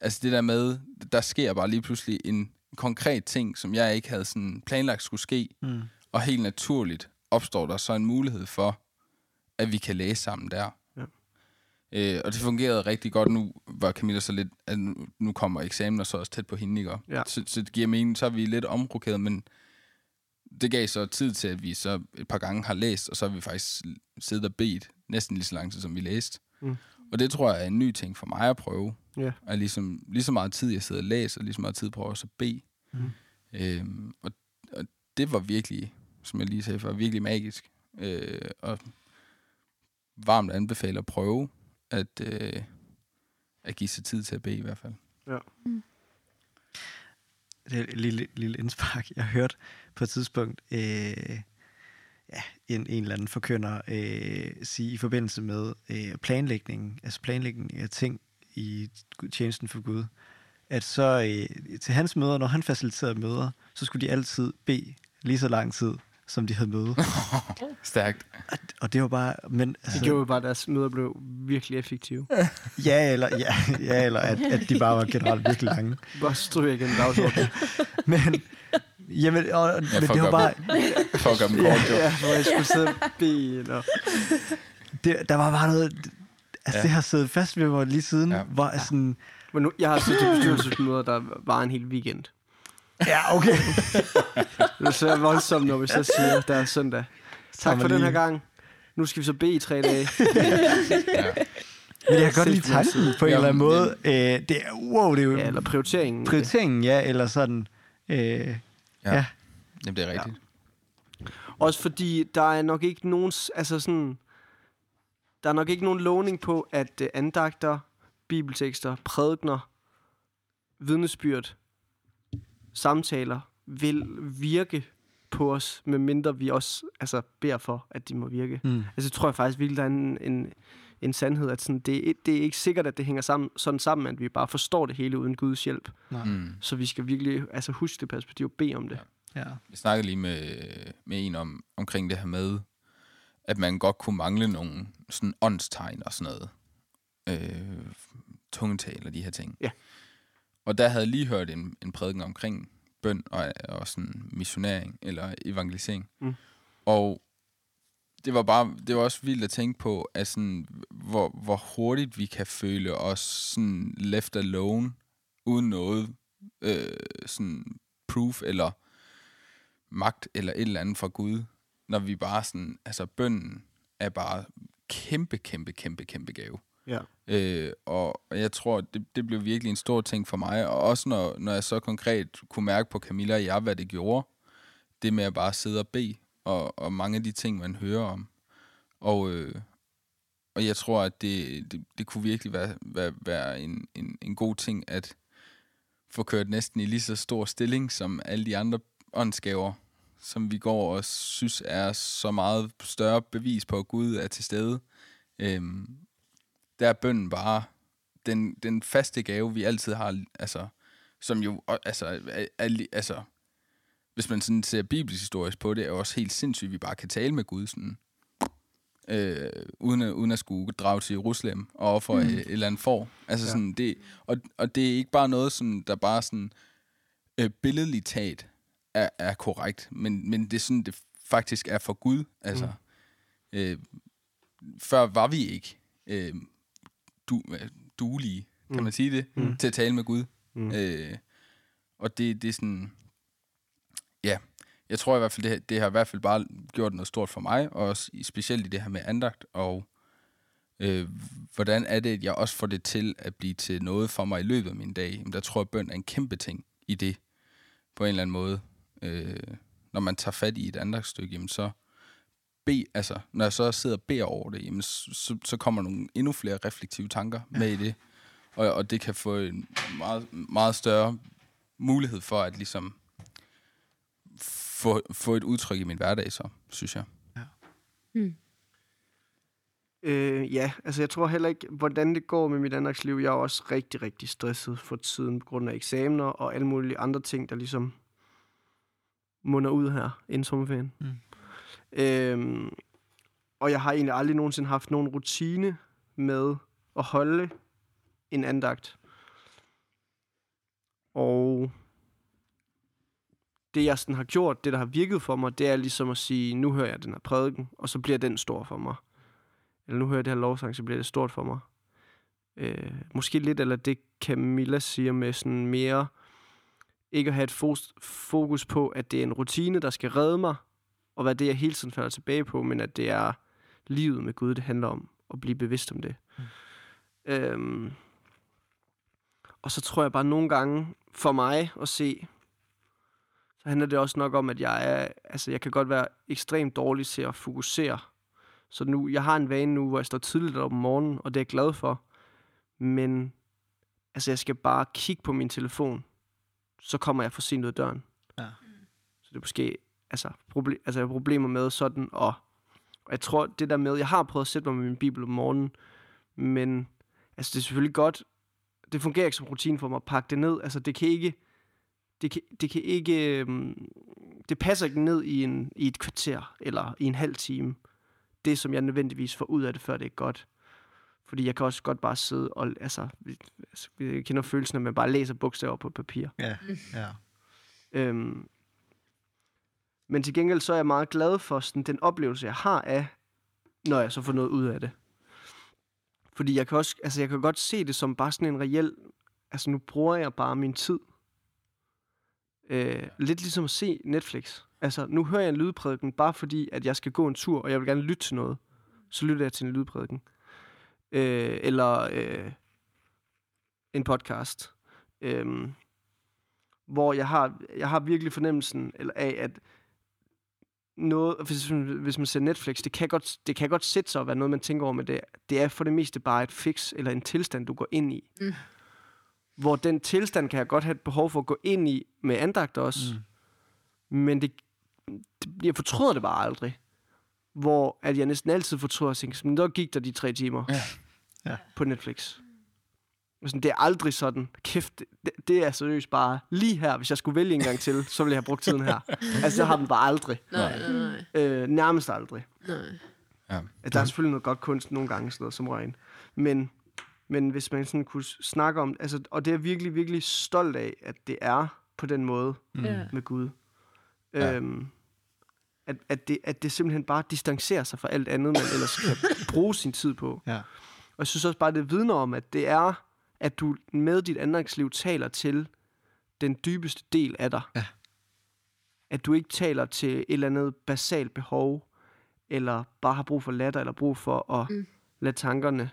altså det der med, der sker bare lige pludselig en konkret ting, som jeg ikke havde sådan planlagt skulle ske, mm. og helt naturligt opstår der så en mulighed for, at vi kan læse sammen der. Ja. Øh, og det fungerede rigtig godt. Nu var Camilla så lidt, at nu, nu kommer eksamener så også tæt på hende, ikke? Ja. Så, så det giver mening, så er vi lidt omrokeret, men det gav så tid til, at vi så et par gange har læst, og så har vi faktisk siddet og bedt næsten lige så lang tid, som vi læste. Mm. Og det tror jeg er en ny ting for mig at prøve. Yeah. At ligesom, lige så meget tid, jeg sidder og læser, og lige så meget tid prøver også at bede. Mm. Øhm, og, og det var virkelig, som jeg lige sagde før, virkelig magisk. Øh, og varmt anbefaler at prøve at, øh, at give sig tid til at bede i hvert fald. Ja. Mm. Det er et lille, lille indspark. Jeg hørte på et tidspunkt øh, ja, en, en eller anden forkynder øh, sige i forbindelse med øh, planlægningen, altså planlægning af ting i tjenesten for Gud, at så øh, til hans møder, når han faciliterede møder, så skulle de altid bede lige så lang tid, som de havde møde. Stærkt. Og, og det var bare... Men, altså, det gjorde jo bare, at deres møder blev virkelig effektive. ja, eller, ja, ja, eller at, at de bare var generelt virkelig lange. Bare stryge igen dagsordenen. men... Jamen, og, ja, men det var bare... For at gøre dem kort, ja, ja, hvor jeg skulle sidde og bede. Det, der var bare noget... Altså, ja. Det har siddet fast ved mig lige siden, ja. Hvor ja. Sådan... Men nu, jeg har siddet til bestyrelsesmøder, der var en hel weekend. Ja, okay. Det er så voldsomt, når vi så siger, der er søndag. Tak for den her gang. Nu skal vi så bede i tre dage. ja. Men jeg kan godt lide tanken på en ja, eller anden måde. Ja. Æ, det er, wow, det er jo... Ja, eller prioriteringen. Prioriteringen, ja, eller sådan... Øh, ja. ja. Jamen, det er rigtigt. Ja. Også fordi, der er nok ikke nogen... Altså sådan... Der er nok ikke nogen lovning på, at uh, andagter, bibeltekster, prædikener, vidnesbyrd, samtaler vil virke på os, medmindre vi også altså, beder for, at de må virke. Mm. Altså, det tror jeg faktisk virkelig, der er en, en, en sandhed, at sådan, det, det er ikke sikkert, at det hænger sammen, sådan sammen, at vi bare forstår det hele uden Guds hjælp. Mm. Så vi skal virkelig altså, huske det perspektiv og bede om det. Ja. Ja. Jeg snakkede lige med, med en om, omkring det her med, at man godt kunne mangle nogle sådan åndstegn og sådan noget. Øh, tungetal og de her ting. Ja. Og der havde jeg lige hørt en, en prædiken omkring bøn og, og sådan missionering eller evangelisering. Mm. Og det var bare, det var også vildt at tænke på, at sådan, hvor, hvor hurtigt vi kan føle os sådan left alone, uden noget øh, sådan proof eller magt eller et eller andet fra Gud, når vi bare sådan, altså bønnen er bare kæmpe, kæmpe, kæmpe, kæmpe gave. Ja. Øh, og jeg tror, det, det blev virkelig en stor ting for mig, og også når, når jeg så konkret kunne mærke på Camilla og jeg, hvad det gjorde, det med at bare sidde og bede, og, og mange af de ting, man hører om. Og, øh, og jeg tror, at det, det, det kunne virkelig være, være, være en, en, en god ting, at få kørt næsten i lige så stor stilling, som alle de andre åndsgaver, som vi går og synes er så meget større bevis på, at Gud er til stede. Øhm, der er bønnen bare den, den faste gave, vi altid har, altså, som jo, altså, er, er, altså hvis man sådan ser bibelsk historisk på det, er også helt sindssygt, at vi bare kan tale med Gud, sådan, øh, uden, at, uden at skulle drage til Jerusalem og ofre mm. et, et eller andet for. Altså, ja. Sådan, det, og, og det er ikke bare noget, sådan, der bare sådan, øh, billedligt taget er, er korrekt, men, men det er sådan, det faktisk er for Gud. Altså, mm. øh, før var vi ikke øh, du, duelige, kan mm. man sige det, mm. til at tale med Gud. Mm. Øh, og det, det er sådan, ja, jeg tror i hvert fald, det, det har i hvert fald bare gjort noget stort for mig, og også specielt i det her med andagt, og øh, hvordan er det, at jeg også får det til at blive til noget for mig i løbet af min dag. Jamen, der tror jeg, bøn er en kæmpe ting i det, på en eller anden måde. Øh, når man tager fat i et andagtstykke, jamen så be, altså, når jeg så sidder og beder over det, jamen, så, så kommer nogle endnu flere reflektive tanker med i det, og, og det kan få en meget, meget større mulighed for at ligesom få, få et udtryk i min hverdag, så synes jeg. Ja. Mm. Øh, ja, altså jeg tror heller ikke, hvordan det går med mit andagsliv. Jeg er også rigtig, rigtig stresset for tiden på grund af eksamener og alle mulige andre ting, der ligesom munder ud her inden sommerferien. Mm. Øhm, og jeg har egentlig aldrig nogensinde haft nogen rutine med at holde en andagt. Og det, jeg sådan har gjort, det, der har virket for mig, det er ligesom at sige, nu hører jeg den her prædiken, og så bliver den stor for mig. Eller nu hører jeg det her lovsang, så bliver det stort for mig. Øh, måske lidt, eller det Camilla siger med sådan mere, ikke at have et fokus på, at det er en rutine, der skal redde mig, og hvad det, jeg hele tiden falder tilbage på, men at det er livet med Gud, det handler om, at blive bevidst om det. Mm. Øhm, og så tror jeg bare nogle gange, for mig at se, så handler det også nok om, at jeg er, altså jeg kan godt være ekstremt dårlig til at fokusere. Så nu, jeg har en vane nu, hvor jeg står tidligt op om morgenen, og det er jeg glad for. Men altså, jeg skal bare kigge på min telefon, så kommer jeg for sent ud af døren. Ja. Så det er måske, altså, proble- altså jeg har problemer med sådan, og, og jeg tror, det der med, jeg har prøvet at sætte mig med min bibel om morgenen, men altså, det er selvfølgelig godt, det fungerer ikke som rutine for mig at pakke det ned. Altså, det kan ikke, det kan, det kan ikke, øhm, det passer ikke ned i, en, i et kvarter, eller i en halv time. Det, som jeg nødvendigvis får ud af det, før det er godt. Fordi jeg kan også godt bare sidde og, altså, jeg kender følelsen af, at man bare læser bogstaver på papir. Ja, ja. Øhm, men til gengæld så er jeg meget glad for sådan, den oplevelse, jeg har af, når jeg så får noget ud af det. Fordi jeg kan også, altså jeg kan godt se det som bare sådan en reel, altså nu bruger jeg bare min tid. Øh, lidt ligesom at se Netflix. Altså nu hører jeg en lydprædiken, bare fordi, at jeg skal gå en tur, og jeg vil gerne lytte til noget. Så lytter jeg til en lydprædiken. Øh, eller øh, en podcast. Øh, hvor jeg har, jeg har virkelig fornemmelsen eller af, at noget, hvis, hvis man ser Netflix, det kan, godt, det kan godt sætte sig og være noget, man tænker over, men det, det er for det meste bare et fix, eller en tilstand, du går ind i. Mm. Hvor den tilstand kan jeg godt have et behov for at gå ind i med andagt også, mm. men det, det, jeg fortryder det bare aldrig. Hvor at jeg næsten altid fortryder at tænke, men der gik der de tre timer ja. Ja. på Netflix. Sådan, det er aldrig sådan, kæft, det, det er seriøst bare lige her, hvis jeg skulle vælge en gang til, så ville jeg have brugt tiden her. Altså, jeg har den bare aldrig. Nej, nej, nej. Øh, nærmest aldrig. Nej. Ja. Altså, der er selvfølgelig noget godt kunst nogle gange, sådan noget som røgen. Men, men hvis man sådan kunne snakke om, altså, og det er jeg virkelig, virkelig stolt af, at det er på den måde Mm. med Gud. Ja. Øhm, at, at, det, at det simpelthen bare distancerer sig fra alt andet, man ellers kan bruge sin tid på. Ja. Og jeg synes også bare, det vidner om, at det er, at du med dit andagsliv taler til den dybeste del af dig. Ja. At du ikke taler til et eller andet basalt behov, eller bare har brug for latter, eller brug for at mm. lade tankerne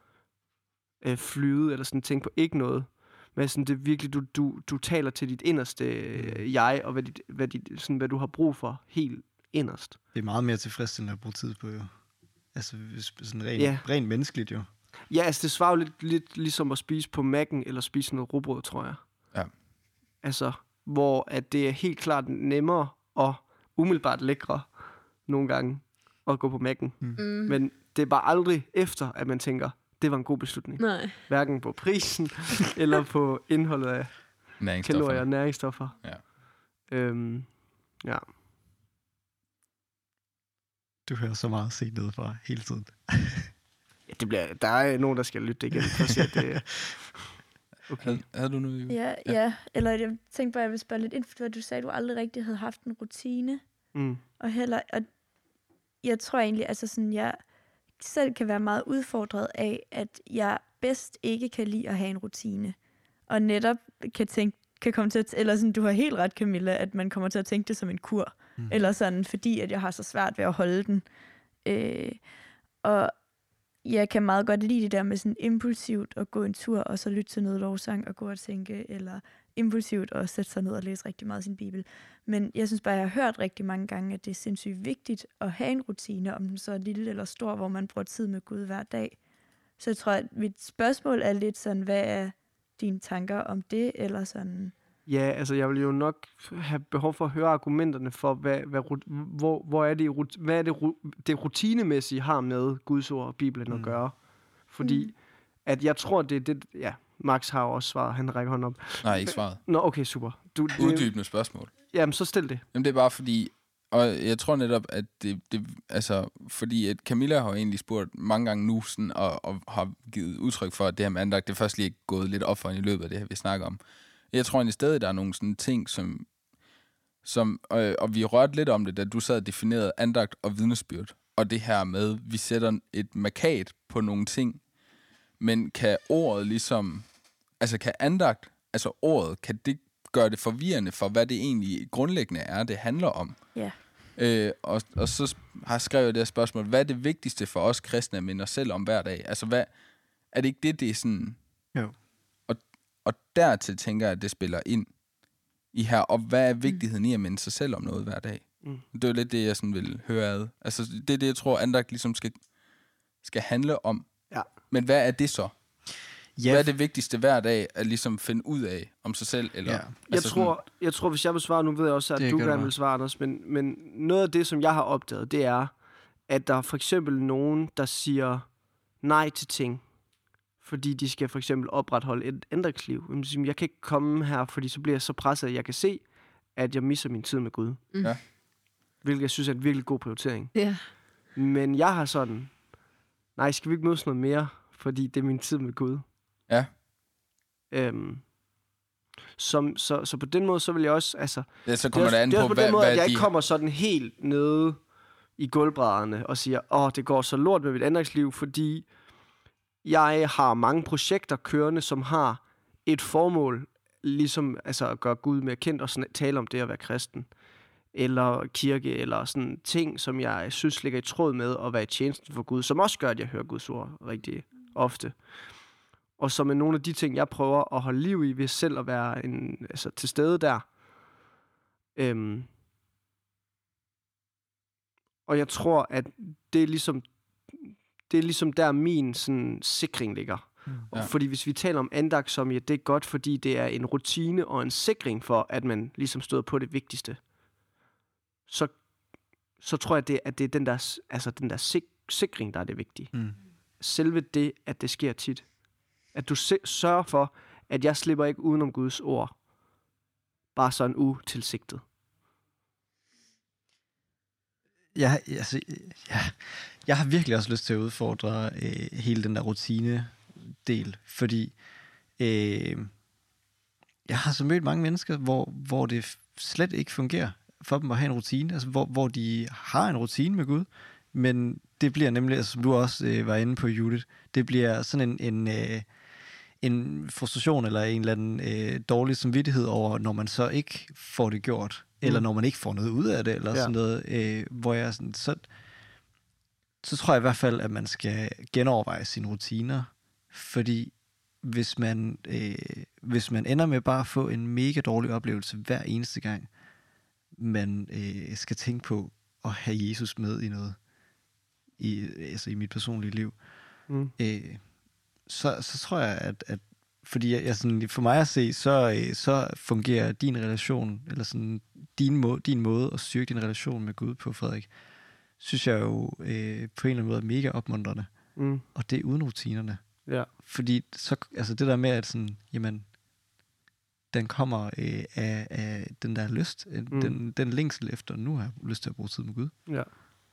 øh, flyde, eller sådan tænke på ikke noget. Men sådan, det er virkelig, du, du, du taler til dit inderste øh, jeg, og hvad, dit, hvad, dit, sådan, hvad du har brug for helt inderst. Det er meget mere tilfredsstillende at bruge tid på, jo. Altså, sådan rent, Ja. rent menneskeligt, jo. Ja, altså det svarer jo lidt, lidt ligesom at spise på Mac'en, eller spise noget rugbrød, tror jeg. Ja. Altså, hvor at det er helt klart nemmere og umiddelbart lækre nogle gange at gå på Mac'en. Mm. Men det er bare aldrig efter, at man tænker, det var en god beslutning. Nej. Hverken på prisen, eller på indholdet af kalorier og næringsstoffer. Ja. Øhm, ja. Du hører så meget set ned fra hele tiden. ja det bliver, der er nogen, der skal lytte igen. For at se, at det, okay. Havde, havde du noget? Ja, ja, ja. Eller jeg tænkte bare, at jeg ville spørge lidt ind, for du sagde, at du aldrig rigtig havde haft en rutine. Mm. Og heller, og jeg tror egentlig, altså sådan, jeg selv kan være meget udfordret af, at jeg bedst ikke kan lide at have en rutine. Og netop kan tænke, kan komme til at, eller sådan, du har helt ret, Camilla, at man kommer til at tænke det som en kur. Mm. Eller sådan, fordi at jeg har så svært ved at holde den. Øh, og jeg kan meget godt lide det der med sådan impulsivt at gå en tur, og så lytte til noget lovsang og gå og tænke, eller impulsivt at sætte sig ned og læse rigtig meget af sin bibel. Men jeg synes bare, jeg har hørt rigtig mange gange, at det er sindssygt vigtigt at have en rutine, om den så er lille eller stor, hvor man bruger tid med Gud hver dag. Så jeg tror, at mit spørgsmål er lidt sådan, hvad er dine tanker om det, eller sådan? Ja, altså jeg vil jo nok have behov for at høre argumenterne for, hvad, hvad, hvor, hvor er det, hvad er det, det rutinemæssige har med Guds ord og Bibelen mm. at gøre. Fordi mm. at jeg tror, det er det, ja, Max har jo også svaret, han rækker hånden op. Nej, ikke svaret. Nå, okay, super. Du, Uddybende spørgsmål. Jamen, så stil det. Jamen, det er bare fordi, og jeg tror netop, at det, det altså, fordi at Camilla har egentlig spurgt mange gange nu, sådan, og, og har givet udtryk for, at det her med andagt, det er først lige gået lidt op for hende i løbet af det her, vi snakker om. Jeg tror egentlig stadig, der er nogle sådan ting, som... som øh, og vi rørte lidt om det, da du sad og definerede andagt og vidnesbyrd. Og det her med, vi sætter et markat på nogle ting, men kan ordet ligesom... Altså kan andagt, altså ordet, kan det gøre det forvirrende for, hvad det egentlig grundlæggende er, det handler om? Ja. Øh, og, og så har jeg skrevet det her spørgsmål, hvad er det vigtigste for os kristne at minde os selv om hver dag? Altså, hvad, er det ikke det, det er sådan... Jo. Og, og dertil tænker jeg, at det spiller ind i her, og hvad er vigtigheden mm. i at minde sig selv om noget hver dag? Mm. Det er lidt det, jeg sådan vil høre ad. Altså, det er det, jeg tror, andagt ligesom skal, skal handle om. Ja. Men hvad er det så? Ja. Hvad er det vigtigste hver dag at ligesom finde ud af om sig selv? Eller, Ja. Jeg, altså tror, sådan, jeg tror, hvis jeg vil svare, nu ved jeg også, at Det du kan gerne du vil svare, Anders, men, men noget af det, som jeg har opdaget, det er, at der er for eksempel nogen, der siger nej til ting, fordi de skal for eksempel opretholde et ændringsliv. Jeg kan ikke komme her, fordi så bliver jeg så presset, at jeg kan se, at jeg misser min tid med Gud. Mm. Ja. Hvilket jeg synes er en virkelig god prioritering. Ja. Men jeg har sådan, nej, skal vi ikke mødes noget mere, fordi det er min tid med Gud. ja. Øhm, som, så, så på den måde, så vil jeg også, altså... Ja, så Det er, kommer også, det an det er på, også på hvad, den måde, hvad at jeg de... ikke kommer sådan helt nede i gulvbrædderne og siger, åh, det går så lort med mit ændringsliv, fordi jeg har mange projekter kørende, som har et formål, ligesom altså at gøre Gud mere kendt og sådan, tale om det at være kristen, eller kirke, eller sådan ting, som jeg synes ligger i tråd med at være i tjenesten for Gud, som også gør, at jeg hører Guds ord rigtig ofte. Og som er nogle af de ting, jeg prøver at holde liv i, ved selv at være en, altså, til stede der. Øhm. Og jeg tror, at det er ligesom, det er ligesom der min sådan, sikring ligger. Mm. Ja. Fordi hvis vi taler om andagt som, ja, det er godt, fordi det er en rutine og en sikring for, at man ligesom støder på det vigtigste. Så, så tror jeg, det, at det er den der, altså den der sik- sikring, der er det vigtige. Mm. Selve det, at det sker tit. At du se- sørger for, at jeg slipper ikke udenom Guds ord. Bare sådan utilsigtet. Jeg, altså, ja, jeg har virkelig også lyst til at udfordre øh, hele den der rutine-del, fordi øh, jeg har så mødt mange mennesker, hvor, hvor det slet ikke fungerer for dem at have en rutine, altså hvor, hvor de har en rutine med Gud, men det bliver nemlig, altså, som du også øh, var inde på, Judith, det bliver sådan en, en, øh, en frustration eller en eller anden øh, dårlig samvittighed over, når man så ikke får det gjort, mm. eller når man ikke får noget ud af det, eller ja. sådan noget, øh, hvor jeg sådan, så, så tror jeg i hvert fald, at man skal genoverveje sine rutiner, fordi hvis man, øh, hvis man ender med bare at få en mega dårlig oplevelse hver eneste gang, man øh, skal tænke på at have Jesus med i noget, i, altså i mit personlige liv, mm. øh, så, så tror jeg, at, at fordi jeg, jeg sådan, for mig at se, så, øh, så fungerer din relation, eller sådan din, må, din måde at styrke din relation med Gud på, Frederik, synes jeg jo øh, på en eller anden måde er mega opmuntrende. Mm. Og det er uden rutinerne. Ja. Fordi så, altså det der med, at sådan, jamen, den kommer øh, af, af den der lyst, mm. den, den længsel efter, nu har jeg lyst til at bruge tid med Gud. Ja.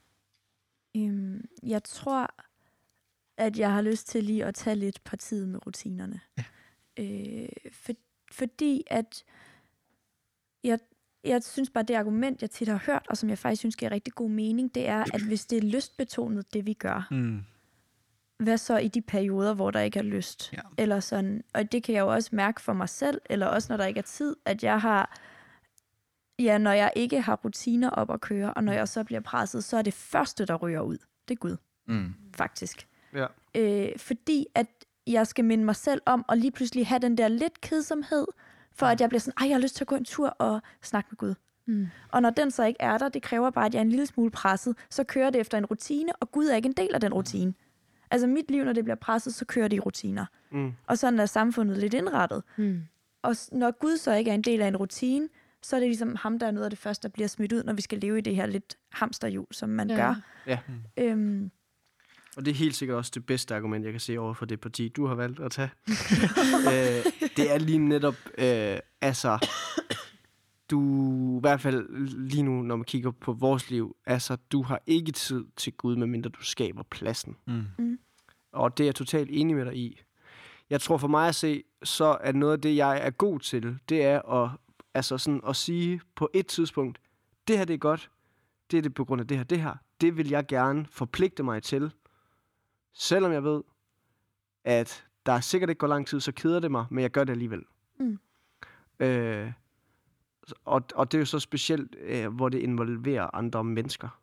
Øhm, jeg tror, at jeg har lyst til lige at tage lidt partiet med rutinerne. Ja. Øh, for, fordi at jeg, jeg synes bare, det argument, jeg tit har hørt, og som jeg faktisk synes giver rigtig god mening, det er, at hvis det er lystbetonet, det vi gør, mm. hvad så i de perioder, hvor der ikke er lyst? Ja. Eller sådan, og det kan jeg jo også mærke for mig selv, eller også når der ikke er tid, at jeg har, ja, når jeg ikke har rutiner op at køre, og når jeg så bliver presset, så er det første, der ryger ud. Det er Gud, mm. faktisk. Ja. Øh, fordi at jeg skal minde mig selv om at lige pludselig have den der lidt kedsomhed, for at jeg bliver sådan, ej, jeg har lyst til at gå en tur og snakke med Gud. Mm. Og når den så ikke er der, det kræver bare, at jeg er en lille smule presset, så kører det efter en rutine, og Gud er ikke en del af den rutine. Altså mit liv, når det bliver presset, så kører det i rutiner. Mm. Og sådan er samfundet lidt indrettet. Mm. Og når Gud så ikke er en del af en rutine, så er det ligesom ham, der er noget af det første, der bliver smidt ud, når vi skal leve i det her lidt hamsterhjul, som man ja. gør. Ja. Mm. Øhm, Og det er helt sikkert også det bedste argument, jeg kan se over for det parti, du har valgt at tage. øh, det er lige netop, øh, altså, du, i hvert fald lige nu, når man kigger på vores liv, altså, du har ikke tid til Gud, medmindre du skaber pladsen. Mm. Mm. Og det er jeg totalt enig med dig i. jeg tror for mig at se, så er noget af det, jeg er god til, det er at, altså sådan, at sige på et tidspunkt, det her det er godt, det er det på grund af det her, det her. Det vil jeg gerne forpligte mig til, selvom jeg ved, at der sikkert ikke går lang tid, så keder det mig, men jeg gør det alligevel. Mm. Øh, og, og det er jo så specielt, øh, hvor det involverer andre mennesker.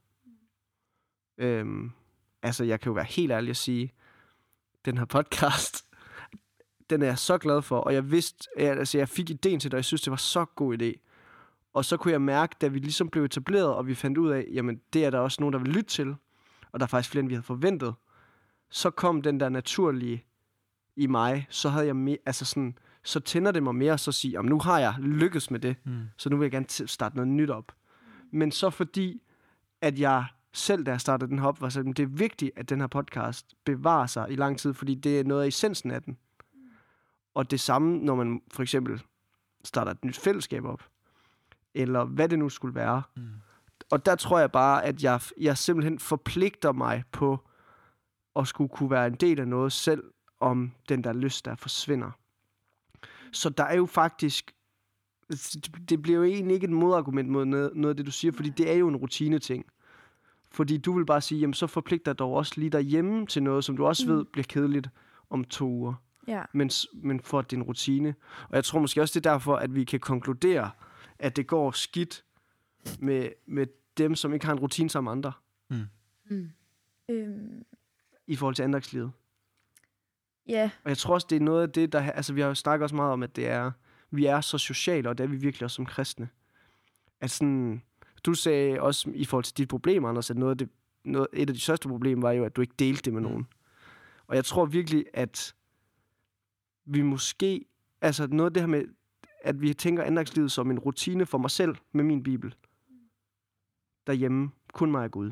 Øh, altså, jeg kan jo være helt ærlig at sige, den her podcast, den er jeg så glad for, og jeg vidste, altså jeg fik idéen til det, og jeg synes, det var så god idé. Og så kunne jeg mærke, da vi ligesom blev etableret, og vi fandt ud af, jamen, det er der også nogen, der vil lytte til, og der er faktisk flere, end vi havde forventet. Så kom den der naturlige i mig, så havde jeg mere, altså sådan, så tænder det mig mere, og så sige, jamen, nu har jeg lykkes med det, mm. så nu vil jeg gerne t- starte noget nyt op. Men så fordi, at jeg selv, da jeg startede den her op, var sådan, det er vigtigt, at den her podcast bevarer sig i lang tid, fordi det er noget af essensen af den. Og det samme, når man for eksempel starter et nyt fællesskab op, eller hvad det nu skulle være. Mm. Og der tror jeg bare, at jeg, jeg simpelthen forpligter mig på at skulle kunne være en del af noget selv, om den der lyst, der forsvinder. Så der er jo faktisk, det bliver jo egentlig ikke et modargument mod noget, noget af det, du siger, fordi det er jo en rutine-ting. Fordi du vil bare sige, jamen så forpligter dig dog også lige derhjemme til noget, som du også mm. ved bliver kedeligt om to uger. Ja. Men, men for at det er en rutine. Og jeg tror måske også, det er derfor, at vi kan konkludere, at det går skidt med, med dem, som ikke har en rutine sammen med andre. Mm. Mm. Øhm. I forhold til andagslivet. Ja. Yeah. Og jeg tror også, det er noget af det, der... Altså, vi har jo snakket også meget om, at det er... Vi er så sociale, og det er vi virkelig også som kristne. At sådan... Du sagde også i forhold til dit problem, Anders, at noget af det, noget, et af de største problemer var jo, at du ikke delte det med nogen. Og jeg tror virkelig, at vi måske... Altså, noget af det her med, at vi tænker andagslivet som en rutine for mig selv med min bibel. Derhjemme. Kun mig og Gud.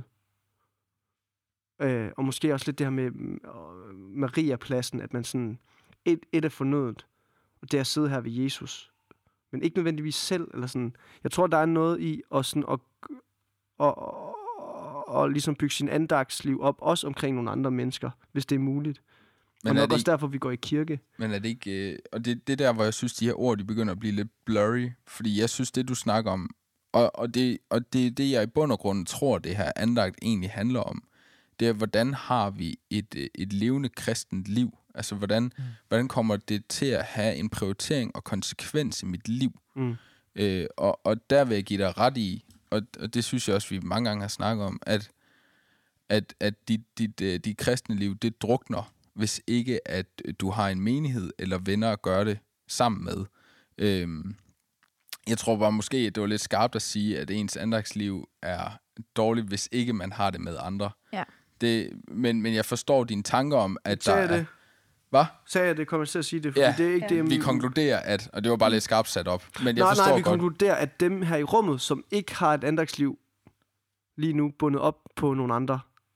Øh, og måske også lidt det her med øh, Maria-pladsen, at man sådan, et, et er fornødet, og det er at sidde her ved Jesus. Men ikke nødvendigvis selv, eller sådan. Jeg tror, der er noget i at, sådan, at, at, at, at ligesom bygge sin andagsliv op, også omkring nogle andre mennesker, hvis det er muligt. Men og nok det også ikke, derfor, vi går i kirke. Men er det ikke... Øh, og det, det der, hvor jeg synes, de her ord, de begynder at blive lidt blurry, fordi jeg synes, det du snakker om, og, og, det, og det er det, jeg i bund og grund tror, det her andagt egentlig handler om, det er, hvordan har vi et, et levende kristent liv? Altså, hvordan, mm. hvordan kommer det til at have en prioritering og konsekvens i mit liv? Mm. Øh, og, og der vil jeg give dig ret i, og, og det synes jeg også, vi mange gange har snakket om, at, at, at dit, dit, dit, dit kristne liv, det drukner, hvis ikke at du har en menighed eller venner at gøre det sammen med. Øh, jeg tror bare måske, at det var lidt skarpt at sige, at ens andagsliv er dårligt, hvis ikke man har det med andre. Ja. Det, men, men jeg forstår dine tanker om, at Sagde der det? er... Hvad? Sagde jeg det? Kommer jeg til at sige det? Fordi Ja, det er ikke ja. det, vi konkluderer, at... Og det var bare lidt skarpt sat op. Men jeg nej, forstår nej, vi godt... konkluderer, at dem her i rummet, som ikke har et andagsliv lige nu bundet op på nogle andre,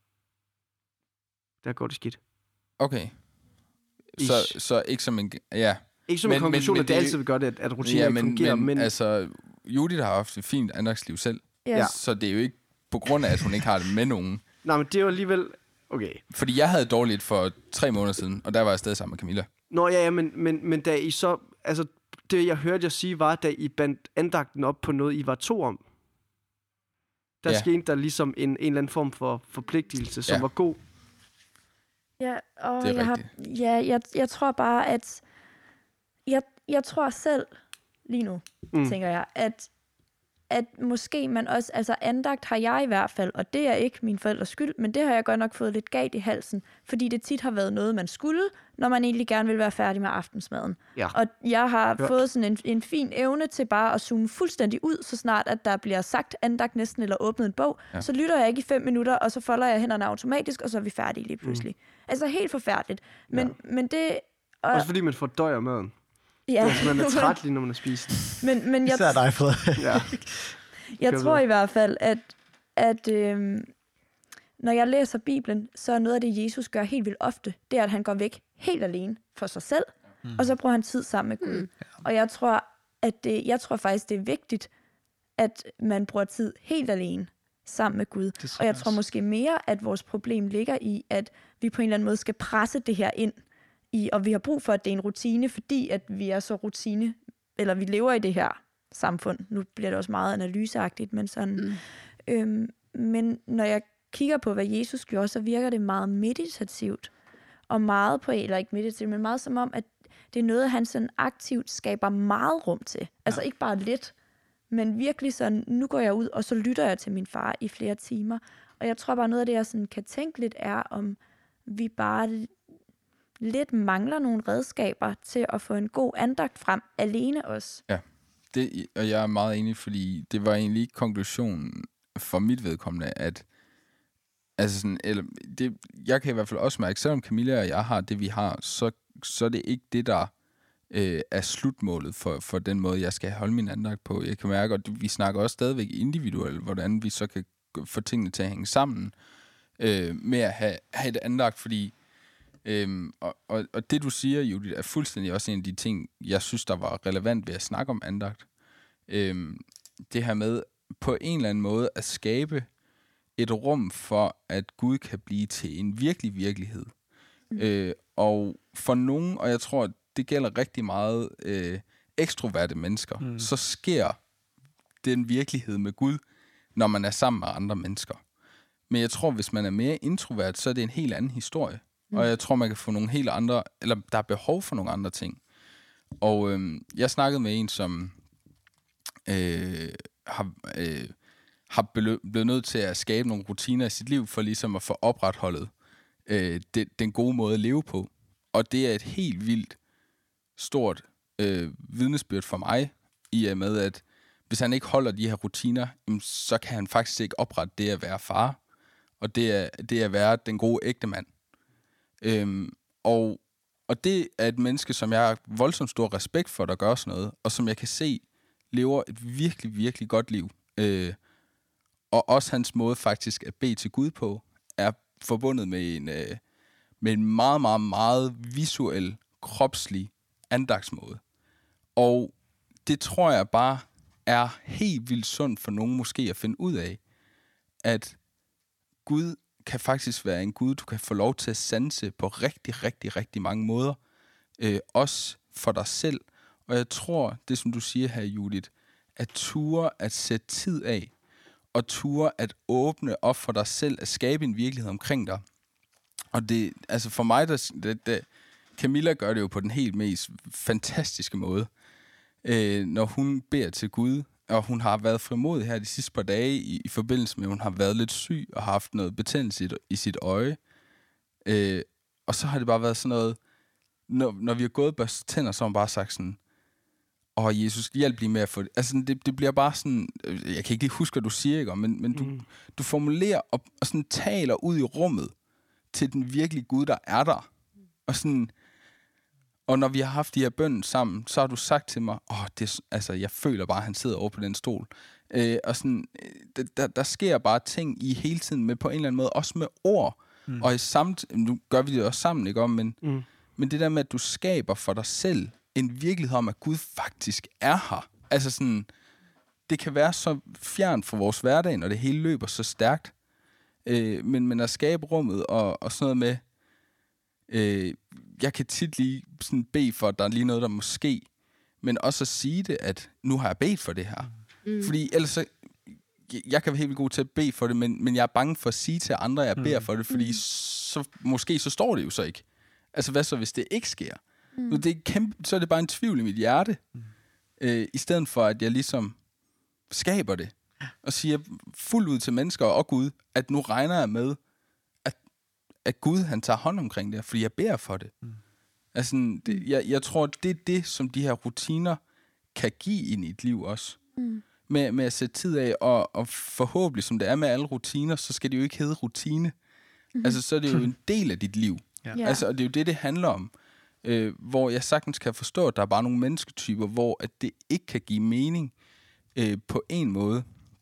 der går det skidt. Okay. Så, så ikke som en... Ja. Ikke som Men- en konklusion, men- men at det det- altid vil gøre det, at, at rutiner Ja, ikke men, fungerer, men, men, altså... Judith har haft et fint andagsliv selv. Ja. Ja. Så det er jo ikke på grund af, at hun ikke har det med nogen. nej, men det er jo alligevel... Okay. Fordi jeg havde det dårligt for tre måneder siden, og der var jeg stadig sammen med Camilla. Nå ja, ja men, men, men da I så... Altså, det jeg hørte jer sige var, da I bandt andagten op på noget, I var to om. Der Ja. skete der ligesom en, en eller anden form for forpligtelse, som Ja. var god. Ja, og Det er jeg, har, ja, jeg, jeg tror bare, at jeg, jeg tror selv lige nu, Mm. mm. tænker jeg, at, at måske man også, altså andagt har jeg i hvert fald, og det er ikke min forældres skyld, men det har jeg godt nok fået lidt galt i halsen, fordi det tit har været noget, man skulle, når man egentlig gerne vil være færdig med aftensmaden. Ja. Og jeg har Hørt. fået sådan en, en fin evne til bare at zoome fuldstændig ud, så snart at der bliver sagt andagt næsten, eller åbnet en bog, Ja. ja. så lytter jeg ikke i fem minutter, og så folder jeg hænderne automatisk, og så er vi færdige lige pludselig. Mm. Altså helt forfærdeligt. Men, ja. men det... Og, Også fordi man fordøjer maden. ja. Altså, man er træt lige, når man har spist. men, men jeg, Især dig, Frederik. Ja. jeg Gør tror det. i hvert fald, at, at øhm, når jeg læser Bibelen, så er noget af det, Jesus gør helt vildt ofte, det er, at han går væk helt alene for sig selv, mm. og så bruger han tid sammen med Gud. Mm. Og jeg tror, at det, jeg tror faktisk, det er vigtigt, at man bruger tid helt alene sammen med Gud. tror Og jeg jeg tror også. måske mere, at vores problem ligger i, at vi på en eller anden måde skal presse det her ind i, og vi har brug for, at det er en rutine, fordi at vi er så rutine, eller vi lever i det her samfund. Nu bliver det også meget analyseagtigt, men sådan. Mm. Øhm, men når jeg kigger på, hvad Jesus gjorde, så virker det meget meditativt, og meget på, eller ikke meditativt, men meget som om, at det er noget, han sådan aktivt skaber meget rum til. Altså ikke bare lidt, men virkelig sådan, nu går jeg ud, og så lytter jeg til min far i flere timer. Og jeg tror bare, noget af det, jeg sådan kan tænke lidt, er, om vi bare lidt mangler nogle redskaber til at få en god andagt frem, alene os. Ja, det, og jeg er meget enig, fordi det var egentlig ikke konklusionen for mit vedkommende, at altså sådan, eller det, jeg kan i hvert fald også mærke, selvom Camilla og jeg har det, vi har, så, så er det ikke det, der øh, er slutmålet for, for den måde, jeg skal holde min andagt på. Jeg kan mærke, at vi snakker også stadigvæk individuelt, hvordan vi så kan få tingene til at hænge sammen øh, med at have, have et andagt, fordi Øhm, og, og, og det du siger, Judith, er fuldstændig også en af de ting, jeg synes, der var relevant ved at snakke om andagt. Øhm, det her med på en eller anden måde at skabe et rum for, at Gud kan blive til en virkelig virkelighed. Mm. Øh, og for nogen, og jeg tror, det gælder rigtig meget øh, ekstroverte mennesker, mm. så sker den virkelighed med Gud, når man er sammen med andre mennesker. Men jeg tror, hvis man er mere introvert, så er det en helt anden historie. Mm. Og jeg tror, man kan få nogle helt andre, eller der er behov for nogle andre ting. Og øh, jeg snakkede med en, som øh, har, øh, har blevet nødt til at skabe nogle rutiner i sit liv, for ligesom at få opretholdet øh, det, den gode måde at leve på. Og det er et helt vildt stort øh, vidnesbyrd for mig, i og med, at hvis han ikke holder de her rutiner, så kan han faktisk ikke oprette det at være far, og det er, det at være den gode ægtemand. Øhm, og, og det er et menneske, som jeg har voldsomt stor respekt for, der gør sådan noget, og som jeg kan se lever et virkelig, virkelig godt liv. Øh, og også hans måde faktisk at bede til Gud på, er forbundet med en, øh, med en meget, meget, meget visuel, kropslig andagtsmåde. Og det tror jeg bare er helt vildt sundt for nogen måske at finde ud af, at Gud kan faktisk være en Gud, du kan få lov til at sanse på rigtig, rigtig, rigtig mange måder. Øh, også for dig selv. Og jeg tror, det som du siger her, Judith, at ture at sætte tid af, og ture at åbne op for dig selv, at skabe en virkelighed omkring dig. Og det, altså for mig, der, det, det, Camilla gør det jo på den helt mest fantastiske måde, øh, når hun beder til Gud, og hun har været frimodig her de sidste par dage i, i forbindelse med, at hun har været lidt syg og har haft noget betændelse i, i sit øje. Øh, og så har det bare været sådan noget, når, når vi har gået og børstet tænder, så har hun bare sagt sådan, åh, Jesus, hjælp lige med at få det. Altså, det, det bliver bare sådan, jeg kan ikke lige huske, hvad du siger, ikke? Men, men du, mm. du formulerer og, og sådan taler ud i rummet til den virkelige Gud, der er der. Og sådan, og når vi har haft de her bøn sammen, så har du sagt til mig, åh, det, altså, jeg føler bare, at han sidder over på den stol. Øh, og sådan, der, der sker bare ting i hele tiden med på en eller anden måde, også med ord. Mm. Og i samt, nu gør vi det også sammen, ikke om, men, mm. men det der med, at du skaber for dig selv en virkelighed om, at Gud faktisk er her. Altså sådan, det kan være så fjernt fra vores hverdag, når det hele løber så stærkt. Øh, men, men at skabe rummet og, og sådan noget med, øh, jeg kan tit lige sådan bede for, at der er lige noget, der måske, men også at sige det, at nu har jeg bedt for det her. Mm. Fordi ellers så, jeg kan være helt vildt god til at bede for det, men, men jeg er bange for at sige til andre, at jeg beder mm. for det, fordi mm. så, måske så står det jo så ikke. Altså hvad så, hvis det ikke sker? Mm. Så, det er kæmpe, så er det bare en tvivl i mit hjerte, mm. øh, i stedet for, at jeg ligesom skaber det, og siger fuldt ud til mennesker og Gud, at nu regner jeg med, at, at Gud han tager hånd omkring det, fordi jeg beder for det. Mm. Altså, det, jeg, jeg tror, det er det, som de her rutiner kan give ind i et liv også. Mm. Med, med at sætte tid af, og, og forhåbentlig, som det er med alle rutiner, så skal det jo ikke hedde rutine. Mm. Altså, så er det jo en del af dit liv. Ja. Altså, og det er jo det, det handler om. Øh, hvor jeg sagtens kan forstå, at der er bare nogle mennesketyper, hvor at det ikke kan give mening øh, på en måde.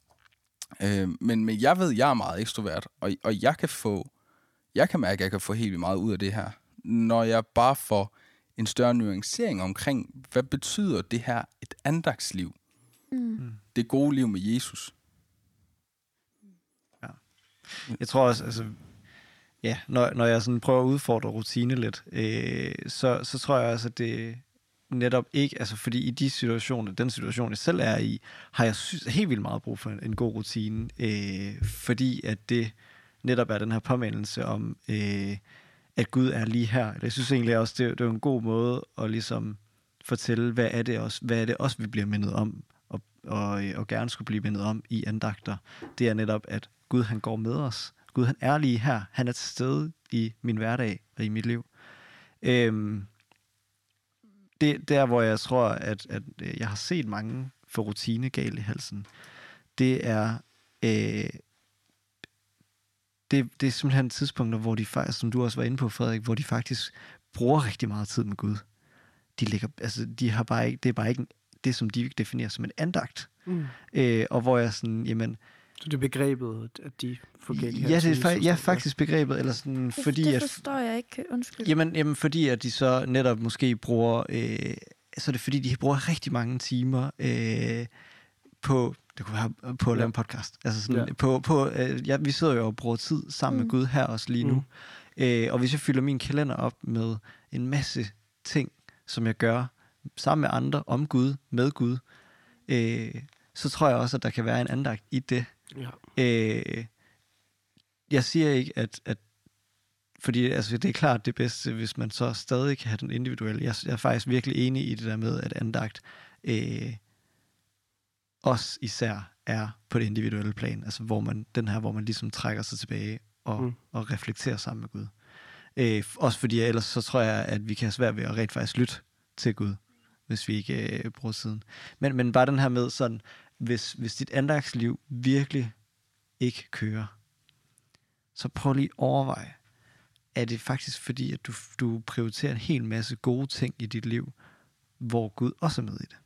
Øh, men, men jeg ved, jeg er meget ekstrovert, og, og jeg kan få, jeg kan mærke, at jeg kan få helt vildt meget ud af det her, når jeg bare får en større nuancering omkring, hvad betyder det her et andagsliv? Mm. Det gode liv med Jesus. Ja. Jeg tror også, altså, ja, når, når jeg sådan prøver at udfordre rutine lidt, øh, så, så tror jeg også, at det netop ikke, altså fordi i de situationer, den situation, jeg selv er i, har jeg sy- helt vildt meget brug for en, en god rutine, øh, fordi at det netop er den her påmindelse om, øh, at Gud er lige her. Jeg synes egentlig også, det, det er en god måde at ligesom fortælle, hvad er det også, hvad er det også, vi bliver mindet om, og, og, og gerne skulle blive mindet om i andagter. Det er netop, at Gud han går med os. Gud han er lige her. Han er til stede i min hverdag og i mit liv. Øhm, det der, hvor jeg tror, at, at jeg har set mange få rutine galt i halsen, det er øh, det, det er simpelthen tidspunkter, hvor de faktisk, som du også var inde på, Frederik, hvor de faktisk bruger rigtig meget tid med Gud. De ligger, altså, de har bare ikke, det er bare ikke det, som de definerer som en andagt. Mm. Øh, og hvor jeg sådan, jamen... Så det er begrebet, at de får galt her? Ja, det er, fa- ja, faktisk begrebet, eller sådan, det, fordi... Det at, forstår jeg ikke, undskyld. Jamen, jamen, fordi at de så netop måske bruger... Øh, så er det fordi, de bruger rigtig mange timer øh, på... Det kunne være på at lave en podcast. Altså sådan, ja. på, på, øh, ja, vi sidder jo og bruger tid sammen mm. med Gud her også lige nu. Mm. Øh, og hvis jeg fylder min kalender op med en masse ting, som jeg gør sammen med andre, om Gud, med Gud, øh, så tror jeg også, at der kan være en andagt i det. Ja. Øh, jeg siger ikke, at, at fordi altså, det er klart det bedste, hvis man så stadig kan have den individuelle. Jeg, jeg er faktisk virkelig enig i det der med, at andagt øh, også især er på det individuelle plan. Altså hvor man, den her, hvor man ligesom trækker sig tilbage og, mm. og reflekterer sammen med Gud. Øh, også fordi ellers så tror jeg, at vi kan have svært ved at rent faktisk lytte til Gud, hvis vi ikke øh, bruger tiden. Men, men bare den her med sådan, hvis, hvis dit andagtsliv virkelig ikke kører, så prøv lige at overveje, er det faktisk fordi, at du, du prioriterer en hel masse gode ting i dit liv, hvor Gud også er med i det.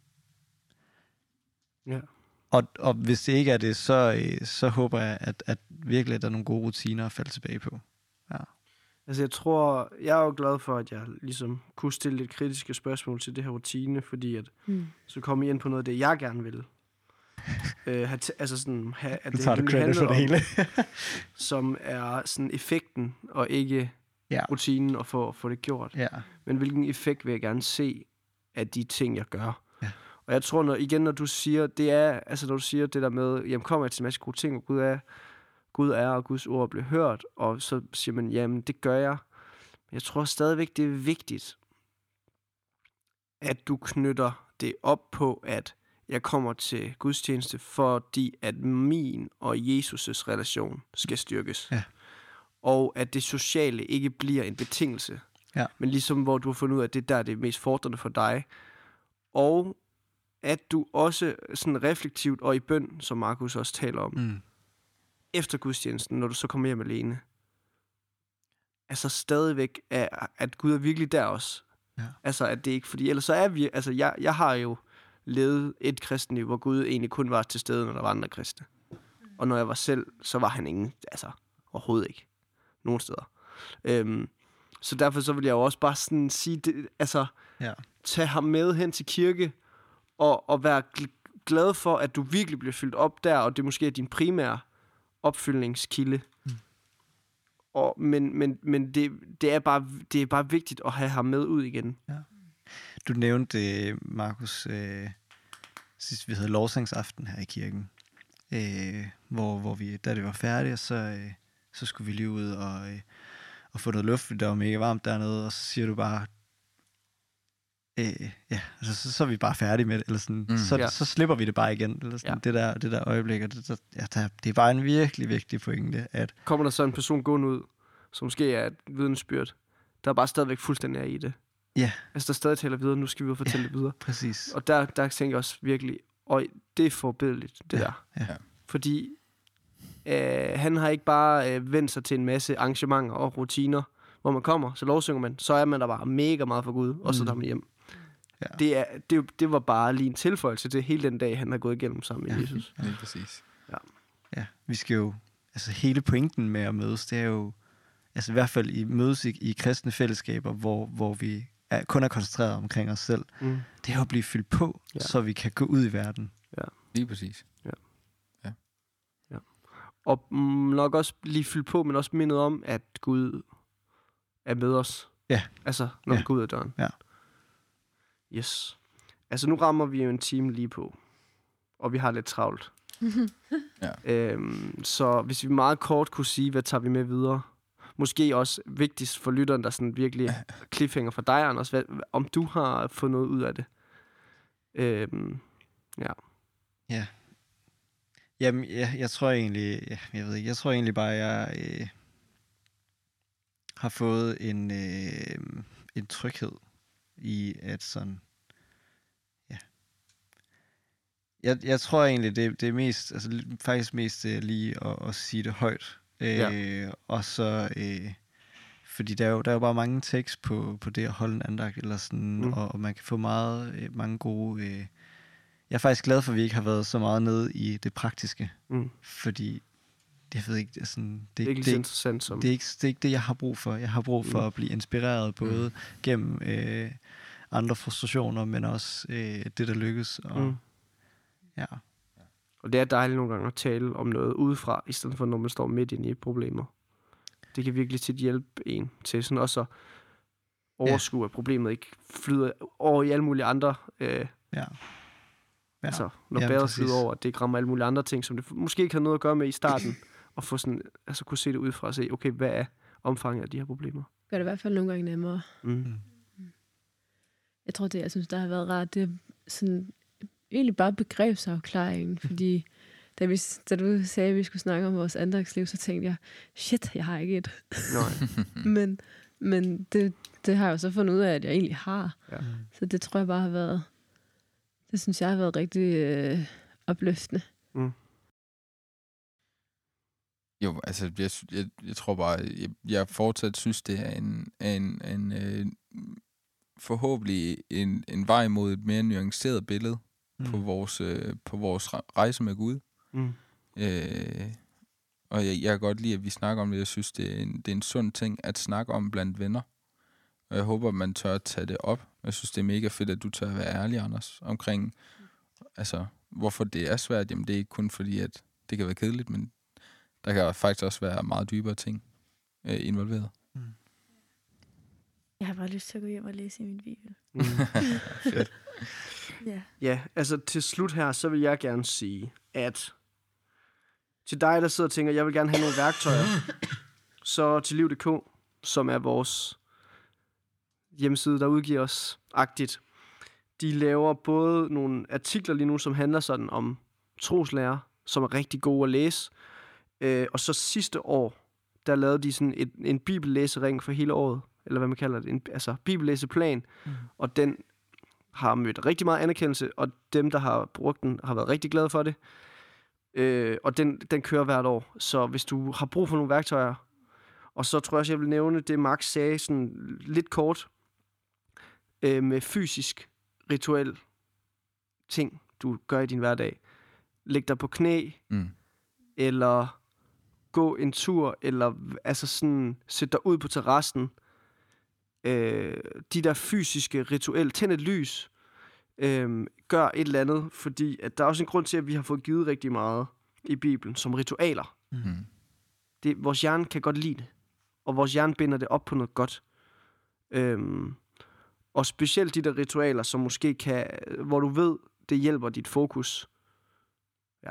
Ja. Og, og hvis det ikke er det, så, øh, så håber jeg, at, at virkelig at der er nogle gode rutiner at falde tilbage på. Ja. Altså jeg tror, jeg er jo glad for, at jeg ligesom kunne stille lidt kritiske spørgsmål til det her rutine, fordi at mm. så kom I ind på noget af det, jeg gerne vil. øh, have t- altså sådan, have, at det handler om, hele. som er sådan effekten, og ikke ja. rutinen, og få, få det gjort. Ja. Men hvilken effekt vil jeg gerne se af de ting, jeg gør? Ja. Og jeg tror, når, igen, når du siger, det er, altså når du siger det der med, jamen kommer jeg til en masse gode ting, og Gud er, Gud er, og Guds ord bliver hørt, og så siger man, jamen det gør jeg. Men jeg tror stadigvæk, det er vigtigt, at du knytter det op på, at jeg kommer til gudstjeneste, fordi at min og Jesus' relation skal styrkes. Ja. Og at det sociale ikke bliver en betingelse. Ja. Men ligesom hvor du har fundet ud af, at det der det er mest fordrende for dig. Og at du også sådan reflektivt og i bøn, som Markus også taler om, mm. efter gudstjenesten, når du så kommer hjem alene, altså stadigvæk, er, at Gud er virkelig der også. Ja. Altså, at det ikke, fordi ellers så er vi, altså jeg, jeg har jo levet et kristenliv, hvor Gud egentlig kun var til stede, når der var andre kristne. Og når jeg var selv, så var han ingen, altså overhovedet ikke. Nogen steder. Øhm, så derfor så vil jeg jo også bare sådan sige, det, altså, ja. tage ham med hen til kirke, og, og være gl- glad for, at du virkelig bliver fyldt op der, og det måske er din primære opfyldningskilde. Mm. Og, men men, men det, det, er bare, det er bare vigtigt at have ham med ud igen. Ja. Du nævnte, Markus, øh, sidst vi havde lovsangsaften her i kirken, øh, hvor, hvor vi, da det var færdigt, så, øh, så skulle vi lige ud og, øh, og få noget luft, fordi det var mega varmt dernede, og så siger du bare, øh, ja, altså, så, så er vi bare færdige med det, eller sådan, mm. så, ja. så slipper vi det bare igen, eller sådan, ja. det, der, det der øjeblik, og det, der, ja, der, det er bare en virkelig vigtig pointe, at... Kommer der så en person gående ud, som måske er et vidensbyrd, der er bare stadigvæk fuldstændig er i det. Ja. Altså, der stadig taler videre, nu skal vi ud og fortælle ja, det videre. Præcis. Og der, der tænker jeg også virkelig, og det er forbilledligt, det ja, der. Ja. Fordi øh, han har ikke bare øh, vendt sig til en masse arrangementer og rutiner, hvor man kommer, så lovsynger man, så er man der bare mega meget for Gud, og så tager man hjem. Ja. Det, er, det, det var bare lige en tilføjelse til hele den dag, han har gået igennem sammen med ja. Jesus. Ja, præcis. Ja. Ja, vi skal jo, altså hele pointen med at mødes, det er jo, altså i hvert fald i mødes i, i kristne fællesskaber, hvor, hvor vi er, kun er koncentreret omkring os selv. Mm. Det er jo at blive fyldt på, ja. så vi kan gå ud i verden. Ja. Lige præcis. Ja. Ja. Ja. Og mm, nok også lige fylde på, men også mindet om, at Gud er med os. Ja. Altså, når Ja. vi går ud af døren. Ja. Yes. Altså, nu rammer vi jo en time lige på. Og vi har lidt travlt. Ja. Øhm, så hvis vi meget kort kunne sige, hvad tager vi med videre? Måske også vigtigst for lytteren, der sådan virkelig cliffhanger for dig, Anders. Hvad, om du har fået noget ud af det. Øhm, ja. Ja. Jamen, jeg, jeg tror egentlig, ja, jeg ved ikke, jeg tror egentlig bare, jeg øh, har fået en, øh, en tryghed i, at sådan, ja. Jeg, jeg tror egentlig, det, det er mest, altså faktisk mest øh, lige at, at sige det højt. Øh, Ja. Og så, øh, fordi der er, jo, der er jo bare mange tekst på, på det at holde en andagt, eller sådan, Mm. og, og man kan få meget, øh, mange gode... Øh, jeg er faktisk glad for, at vi ikke har været så meget nede i det praktiske, Mm. fordi jeg ved ikke, det er, sådan, Det er ikke det, lige så det, interessant som... det, er ikke, det er ikke det, jeg har brug for. Jeg har brug for Mm. at blive inspireret, både Mm. gennem øh, andre frustrationer, men også øh, det, der lykkes. Og, Mm. ja. Og det er dejligt nogle gange at tale om noget udefra, i stedet for når man står midt inde i problemer. Det kan virkelig tit hjælpe en til sådan også at overskue, at problemet ikke flyder over i alle mulige andre... Øh, Ja. Ja. Altså, når Ja, bæret præcis. flyder over, at det ikke rammer alle mulige andre ting, som det f- måske ikke havde noget at gøre med i starten, og få sådan, altså kunne se det udefra og se, okay, hvad er omfanget af de her problemer? Gør det i hvert fald nogle gange nemmere. Mm. Jeg tror, det jeg synes, der har været rart, det er sådan, egentlig bare begrebsafklaringen, fordi da, vi, da du sagde, at vi skulle snakke om vores andagsliv, så tænkte jeg, shit, jeg har ikke et. Nej. men men det, det har jeg jo så fundet ud af, at jeg egentlig har. Ja. Så det tror jeg bare har været, det synes jeg har været rigtig øh, opløftende. Mm. Jo, altså, jeg, sy- jeg, jeg tror bare, jeg, jeg fortsat synes, det er en, en, en øh, forhåbentlig en, en vej mod et mere nuanceret billede mm. på vores, øh, på vores re- rejse med Gud. Mm. Øh, og jeg, jeg kan godt lide, at vi snakker om det. Jeg synes, det er, en, det er en sund ting at snakke om blandt venner. Og jeg håber, man tør at tage det op. Jeg synes, det er mega fedt, at du tør at være ærlig, Anders, omkring, altså, hvorfor det er svært. Jamen, det er ikke kun fordi, at det kan være kedeligt, men der kan faktisk også være meget dybere ting øh, involveret. Jeg har bare lyst til at gå hjem og læse i min bibel. Mm. Ja. Ja, altså til slut her, så vil jeg gerne sige, at til dig, der sidder og tænker, jeg vil gerne have nogle værktøjer, så til liv punktum d k, som er vores hjemmeside, der udgiver os agtigt, de laver både nogle artikler lige nu, som handler sådan om troslærer, som er rigtig gode at læse, øh, og så sidste år, der lavede de sådan et, en bibellæsering for hele året, eller hvad man kalder det, en, altså bibellæseplan, mm. og den har mødt rigtig meget anerkendelse, og dem, der har brugt den, har været rigtig glade for det. Øh, og den, den kører hvert år. Så hvis du har brug for nogle værktøjer, og så tror jeg også, jeg vil nævne det, Max sagde sådan lidt kort, øh, med fysisk, rituel ting, du gør i din hverdag. Læg dig på knæ, Mm. eller gå en tur, eller altså sådan, sæt dig ud på terrassen. Øh, de der fysiske rituelle, tænd et lys, øh, gør et eller andet, fordi at der er også en grund til, at vi har fået givet rigtig meget i Bibelen som ritualer. Mm. Det, vores hjerne kan godt lide det, og vores hjerne binder det op på noget godt. Øhm, og specielt de der ritualer, som måske kan, hvor du ved, det hjælper dit fokus. Ja.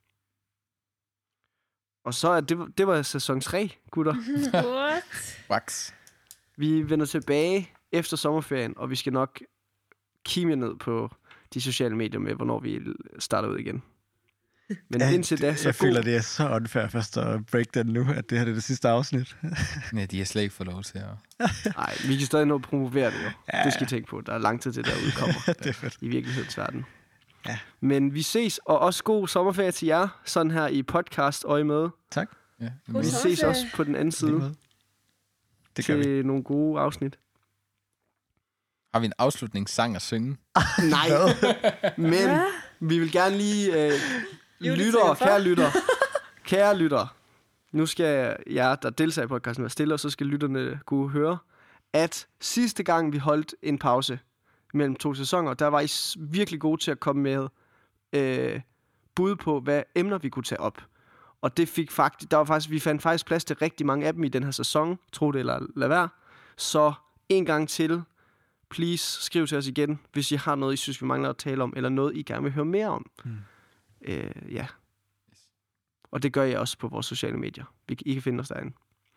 Og så er det, det var sæson tre, gutter. What? Wax. Vi vender tilbage efter sommerferien, og vi skal nok kime ned på de sociale medier med, hvornår vi starter ud igen. Men Ja, indtil da, så jeg god... føler, det er så unfair først at break den nu, at det her det er det sidste afsnit. Ja, de har slet ikke fået lov til at... Nej, vi kan stadig nå at promovere det jo. Ja, Det skal I tænke på. Der er lang tid til, der udkommer det er fedt. i virkelighedens verden. Ja. Men vi ses, og også god sommerferie til jer, sådan her i podcast og i med. Tak. Ja, God Vi ses sommerferie. også på den anden side Det, det gør vi. til nogle gode afsnit. Har vi en afslutningssang at synge? Nej, men Hvad? vi vil gerne lige øh, Juletid lyttere, for. kære lytter, kære lytter. Nu skal jeg, der deltager i podcasten, være stille, og så skal lytterne kunne høre, at sidste gang vi holdt en pause mellem to sæsoner, der var I s- virkelig gode til at komme med øh, bud på, hvad emner vi kunne tage op. Og det fik faktisk, der var faktisk, vi fandt faktisk plads til rigtig mange af dem i den her sæson, tro det eller lad være. Så en gang til, please skriv til os igen, hvis I har noget, I synes, vi mangler at tale om, eller noget, I gerne vil høre mere om. Mm. Øh, ja. Og det gør jeg også på vores sociale medier. I kan finde os derinde.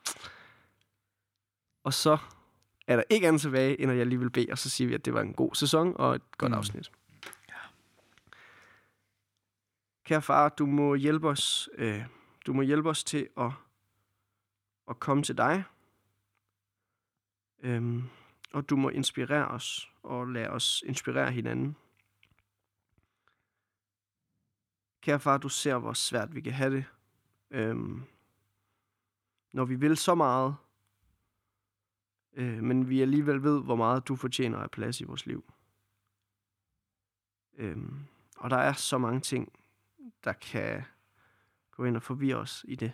Og så er der ikke andet tilbage, end at jeg lige vil bede, og så siger vi, at det var en god sæson og et godt mm. afsnit. Ja. Kære far, du må hjælpe os, øh, du må hjælpe os til at, at komme til dig. Øhm, og du må inspirere os, og lade os inspirere hinanden. Kære far, du ser, hvor svært vi kan have det. Øhm, når vi vil så meget, øh, men vi alligevel ved, hvor meget du fortjener af plads i vores liv. Øhm, og der er så mange ting, der kan gå ind og forvirre os i det.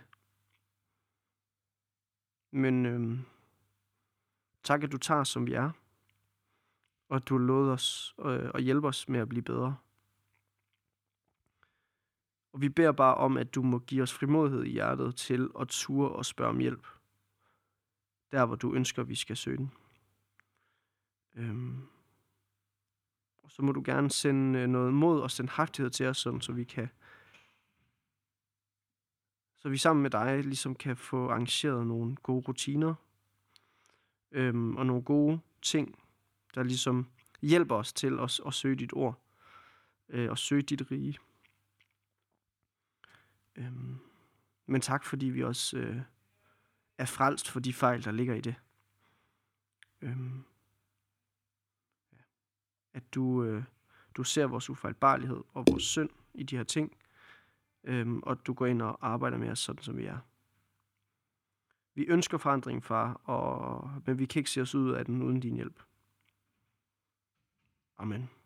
Men øhm, tak, at du tager os, som vi er, og at du har lovet os øh, og hjælpe os med at blive bedre. Og vi beder bare om, at du må give os frimodighed i hjertet til at ture og spørge om hjælp. Der, hvor du ønsker, vi skal søge den. Øhm. Og så må du gerne sende noget mod og sende haftighed til os, sådan, så vi kan... Så vi sammen med dig ligesom kan få arrangeret nogle gode rutiner. Øhm, og nogle gode ting, der ligesom hjælper os til at, at søge dit ord. Øh, og søge dit rige. Øhm, men tak, fordi vi også øh, er frelst for de fejl, der ligger i det. Øhm, ja. At du, øh, du ser vores ufejlbarlighed og vores synd i de her ting, øhm, og at du går ind og arbejder med os sådan, som vi er. Vi ønsker forandring, far, og, men vi kan ikke se os ud af den uden din hjælp. Amen.